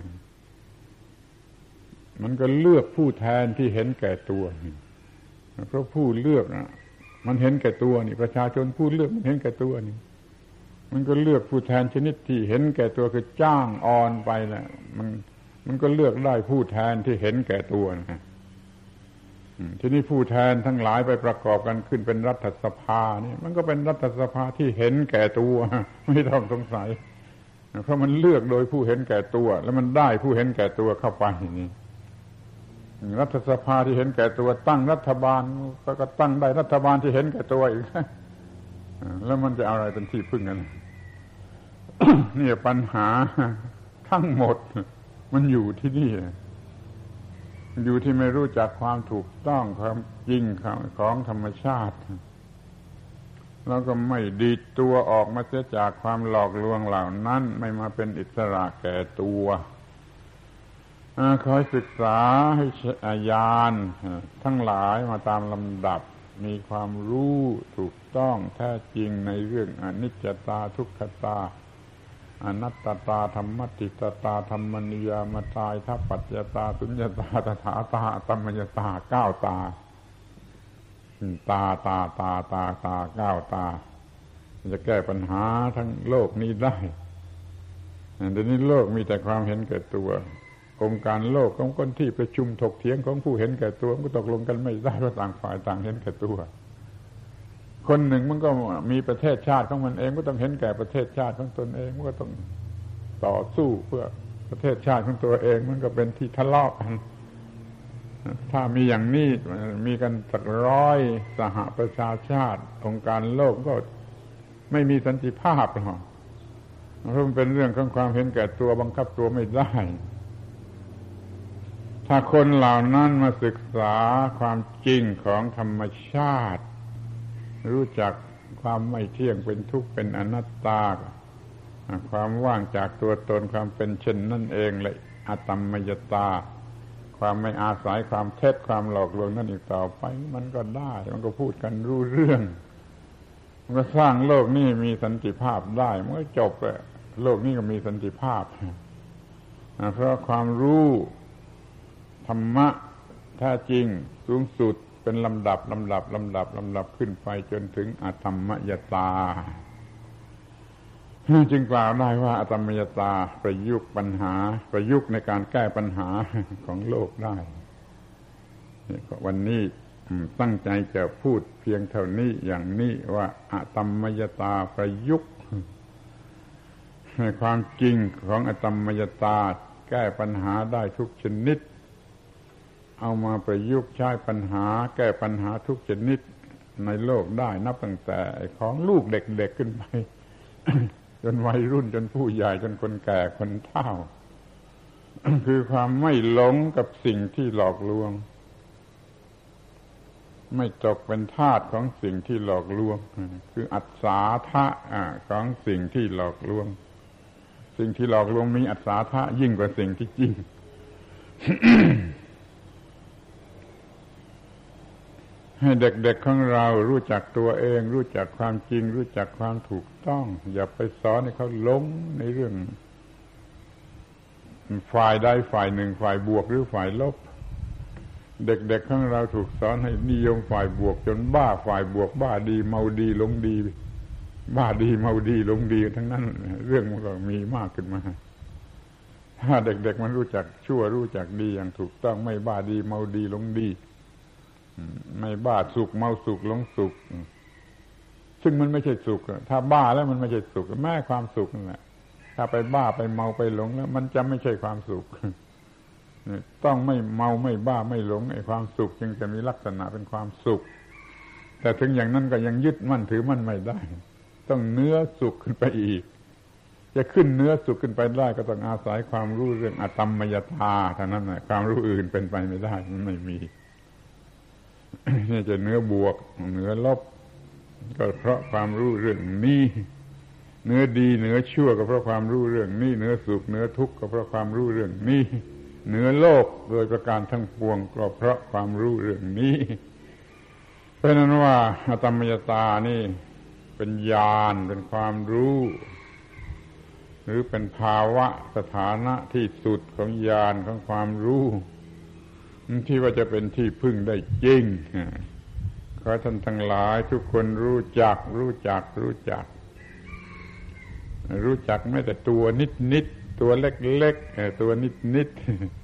Speaker 1: มันก็เลือกผู้แทนที่เห็นแก่ตัวเพราะผู้เลือกมันเห็นแก่ตัวนี่ประชาชนผู้เลือกมันเห็นแก่ตัวนี่มันก็เลือกผู้แทนชนิดที่เห็นแก่ตัวคือจ้างออนไปแหละมันก็เลือกได้ผู้แทนที่เห็นแก่ตัวนะทีนี้ผู้แทนทั้งหลายไปประกอบกันขึ้นเป็นรัฐสภานี่มันก็เป็นรัฐสภาที่เห็นแก่ตัวไม่ต้องสงสัยเพราะมันเลือกโดยผู้เห็นแก่ตัวแล้วมันได้ผู้เห็นแก่ตัวเข้าไปนี่รัฐสภาที่เห็นแก่ตัวตั้งรัฐบาลก็ตั้งได้รัฐบาลที่เห็นแก่ตัวอีกแล้วมันจะเอาอะไรเป็นที่พึ่งกัน นี่ปัญหาทั้งหมดมันอยู่ที่นี่อยู่ที่ไม่รู้จักความถูกต้องความจริงของธรรมชาติแล้วก็ไม่ดีดตัวออกมาเสียจากความหลอกลวงเหล่านั้นไม่มาเป็นอิสระแก่ตัวคอยศึกษาให้ญาณทั้งหลายมาตามลำดับมีความรู้ถูกต้องแท้จริงในเรื่องอนิจจตาทุกขตาอนัตตาธรรมติตตาธรรมนิยามตาทัพปัจจตาสุญญตาตถาตาตัมมยตาเก้าตาตาเก้าตาจะแก้ปัญหาทั้งโลกนี้ได้เดี๋ยวนี้โลกมีแต่ความเห็นแก่ตัวองค์การโลกของคนที่ประชุมถกเถียงของผู้เห็นแก่ตัวก็ตกลงกันไม่ได้เพราะต่างฝ่ายต่างเห็นแก่ตัวคนหนึ่งมันก็มีประเทศชาติของมันเองก็ต้องเห็นแก่ประเทศชาติของตนเองมันก็ต้องต่อสู้เพื่อประเทศชาติของตัวเองมันก็เป็นที่ทะเลาะกันถ้ามีอย่างนี้มีกันสักร้อยสหประชาชาติองค์การโลกก็ไม่มีสันติภาพหรอกเพราะมันเป็นเรื่องของความเห็นแก่ตัวบังคับตัวไม่ได้ถ้าคนเหล่านั้นมาศึกษาความจริงของธรรมชาติรู้จักความไม่เที่ยงเป็นทุกข์เป็นอนัตตาความว่างจากตัวตนความเป็นเช่นนั่นเองเลยอตัมมยตาความไม่อาศัยความเท็จความหลอกลวงนั่นอีกต่อไปมันก็ได้มันก็พูดกันรู้เรื่องมันก็สร้างโลกนี้มีสันติภาพได้มันก็จบเลยโลกนี้ก็มีสันติภาพเพราะความรู้ธรรมะแท้จริงสูงสุดเป็นลำดับขึ้นไปจนถึงอธรรมยตาจึงกล่าวได้ว่าอธรรมยตาประยุกต์ปัญหาประยุกต์ในการแก้ปัญหาของโลกได้วันนี้ตั้งใจจะพูดเพียงเท่านี้อย่างนี้ว่าอธรรมยตาประยุกต์ให้ความจริงของอธรรมยตาแก้ปัญหาได้ทุกชนิดเอามาประยุกต์ใช้ปัญหาแก้ปัญหาทุกชนิดในโลกได้นับตั้งแต่ของลูกเด็กๆขึ้นไป จนวัยรุ่นจนผู้ใหญ่จนคนแก่คนเฒ่า คือความไม่หลงกับสิ่งที่หลอกลวงไม่ตกเป็นทาสของสิ่งที่หลอกลวงคืออัศสาทะของสิ่งที่หลอกลวงสิ่งที่หลอกลวงมีอัศสาทะยิ่งกว่าสิ่งที่จริง ให้เด็กๆของเรารู้จักตัวเองรู้จักความจริงรู้จักความถูกต้องอย่าไปสอนให้เขาหลงในเรื่องฝ่ายใดฝ่ายหนึ่งฝ่ายบวกหรือฝ่ายลบเด็กๆของเราถูกสอนให้นิยมฝ่ายบวกจนบ้าฝ่ายบวกบ้าดีเมาดีหลงดีบ้าดีเมาดีหลงดีทั้งนั้นเรื่องมันก็มีมากขึ้นมาถ้าเด็กๆมันรู้จักชั่วรู้จักดีอย่างถูกต้องไม่บ้าดีเมาดีหลงดีไม่บ้าสุขเมาสุขหลงสุขซึ่งมันไม่ใช่สุขถ้าบ้าแล้วมันไม่ใช่สุขแม้ความสุขนั่นแหละถ้าไปบ้าไปเมาไปหลงแล้วมันจะไม่ใช่ความสุขต้องไม่เมาไม่บ้าไม่หลงไอ้ความสุขจึงจะมีลักษณะเป็นความสุขแต่ถึงอย่างนั้นก็ยังยึดมั่นถือมั่นไม่ได้ต้องเนื้อสุขขึ้นไปอีกจะขึ้นเนื้อสุขขึ้นไปได้ก็ต้องอาศัยความรู้เรื่องอตัมมยตาเท่านั้นแหละความรู้อื่นเป็นไปไม่ได้มันไม่มีนี่จะเนื้อบวกเนื้อลบก็เพราะความรู้เรื่องนี้เนื้อดีเนื้อชั่วก็เพราะความรู้เรื่องนี้เนื้อสุขเนื้อทุกข์ก็เพราะความรู้เรื่องนี้เนื้อโลกโดยประการทั้งปวงก็เพราะความรู้เรื่องนี้เพราะนั้นว่าอตัมมยตานี่เป็นญาณเป็นความรู้หรือเป็นภาวะสถานะที่สุดของญาณของความรู้ที่ว่าจะเป็นที่พึ่งได้จริงขอท่านทั้งหลายทุกคนรู้จักไม่แต่ตัวนิดตัวเล็กๆตัวนิด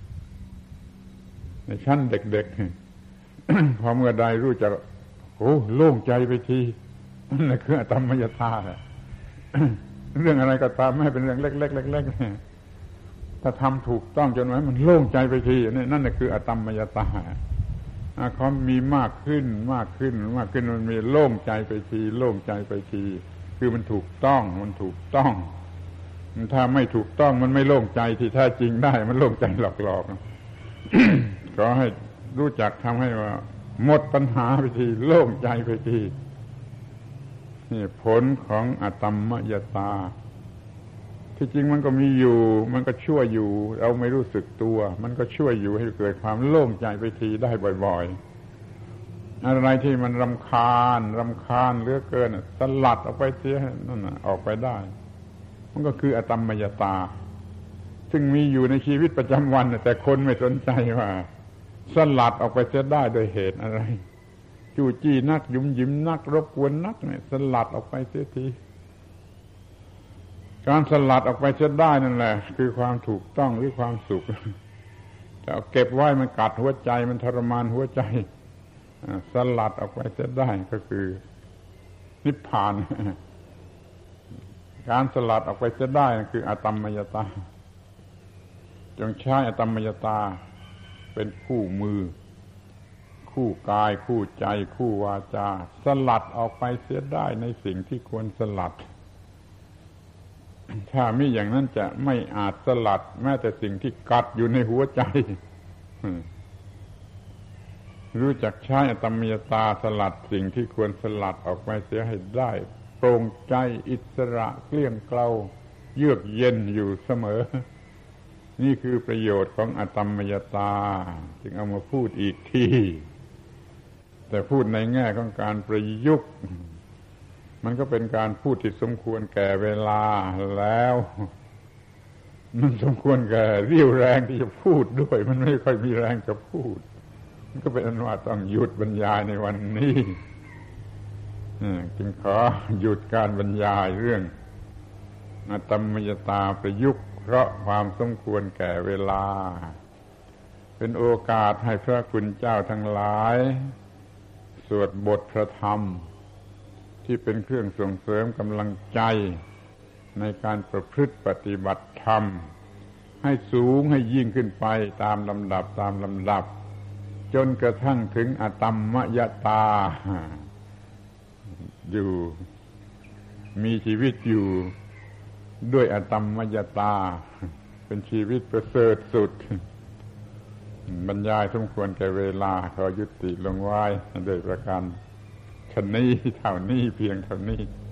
Speaker 1: ในชั้นเด็กๆ พอเมื่อใดรู้จักโอ้โล่งใจไปทีนั่นแหละคืออตัมมยตาเรื่องอะไรก็ตามให้เป็นเรื่องเล็กๆเล็กๆเนี่ยถ้าทำถูกต้องจนไว้มันโล่งใจไปทีนี่นั่นแหละคืออตัมมยตาเขามีมากขึ้นมากขึ้นมากขึ้นมันมีโล่งใจไปทีโล่งใจไปทีคือมันถูกต้องมันถูกต้องถ้าไม่ถูกต้องมันไม่โล่งใจที่แท้จริงได้มันโล่งใจหลอกๆ ขอให้รู้จักทำให้ว่าหมดปัญหาไปทีโล่งใจไปทีนี่ผลของอตัมมยตาที่จริงมันก็มีอยู่มันก็ช่วยอยู่เราไม่รู้สึกตัวมันก็ช่วยอยู่ให้เกิดความโล่งใจไปทีได้บ่อยๆอะไรที่มันรำคาญเหลือเกินสลัดออกไปเสียนั่นออกไปได้มันก็คืออตัมมยตาซึ่งมีอยู่ในชีวิตประจำวันแต่คนไม่สนใจว่าสลัดออกไปเสียได้โดยเหตุอะไรจู้จี้นักยุ่มยิ้มนักรบกวนนักเนี่ยสลัดออกไปเสียทีการสลัดออกไปเสียได้นั่นแหละคือความถูกต้องหรือความสุขแต่เก็บไว้มันกัดหัวใจมันทรมานหัวใจสลัดออกไปเสียได้ก็คือนิพพานการสลัดออกไปเสียได้คืออตัมมยตาจงใช้อตัมมยตาเป็นคู่มือคู่กายคู่ใจคู่วาจาสลัดออกไปเสียได้ในสิ่งที่ควรสลัดถ้ามิอย่างนั้นจะไม่อาจสลัดแม้แต่สิ่งที่กัดอยู่ในหัวใจรู้จักใช้อตัมมยตาสลัดสิ่งที่ควรสลัดออกไปเสียให้ได้โปร่งใจอิสระเกลี้ยงเกลาเยือกเย็นอยู่เสมอนี่คือประโยชน์ของอตัมมยตาจึงเอามาพูดอีกทีแต่พูดในแง่ของการประยุกต์มันก็เป็นการพูดที่สมควรแก่เวลาแล้วมันสมควรแก่เรี่ยวแรงที่จะพูดด้วยมันไม่ค่อยมีแรงจะพูดมันก็เป็นอันว่าต้องหยุดบรรยายในวันนี้จึงขอหยุดการบรรยายเรื่องอตัมมยตาประยุกต์เพราะความสมควรแก่เวลาเป็นโอกาสให้พระคุณเจ้าทั้งหลายสวดบทพระธรรมที่เป็นเครื่องส่งเสริมกำลังใจในการประพฤติปฏิบัติธรรมให้สูงให้ยิ่งขึ้นไปตามลำดับจนกระทั่งถึงอตัมมยตาอยู่มีชีวิตอยู่ด้วยอตัมมยตาเป็นชีวิตประเสริฐสุดบรรยายสมควรแก่เวลาขอยุติลงไว้โดยประการชนนี้เท่านี้เพียงเท่านี้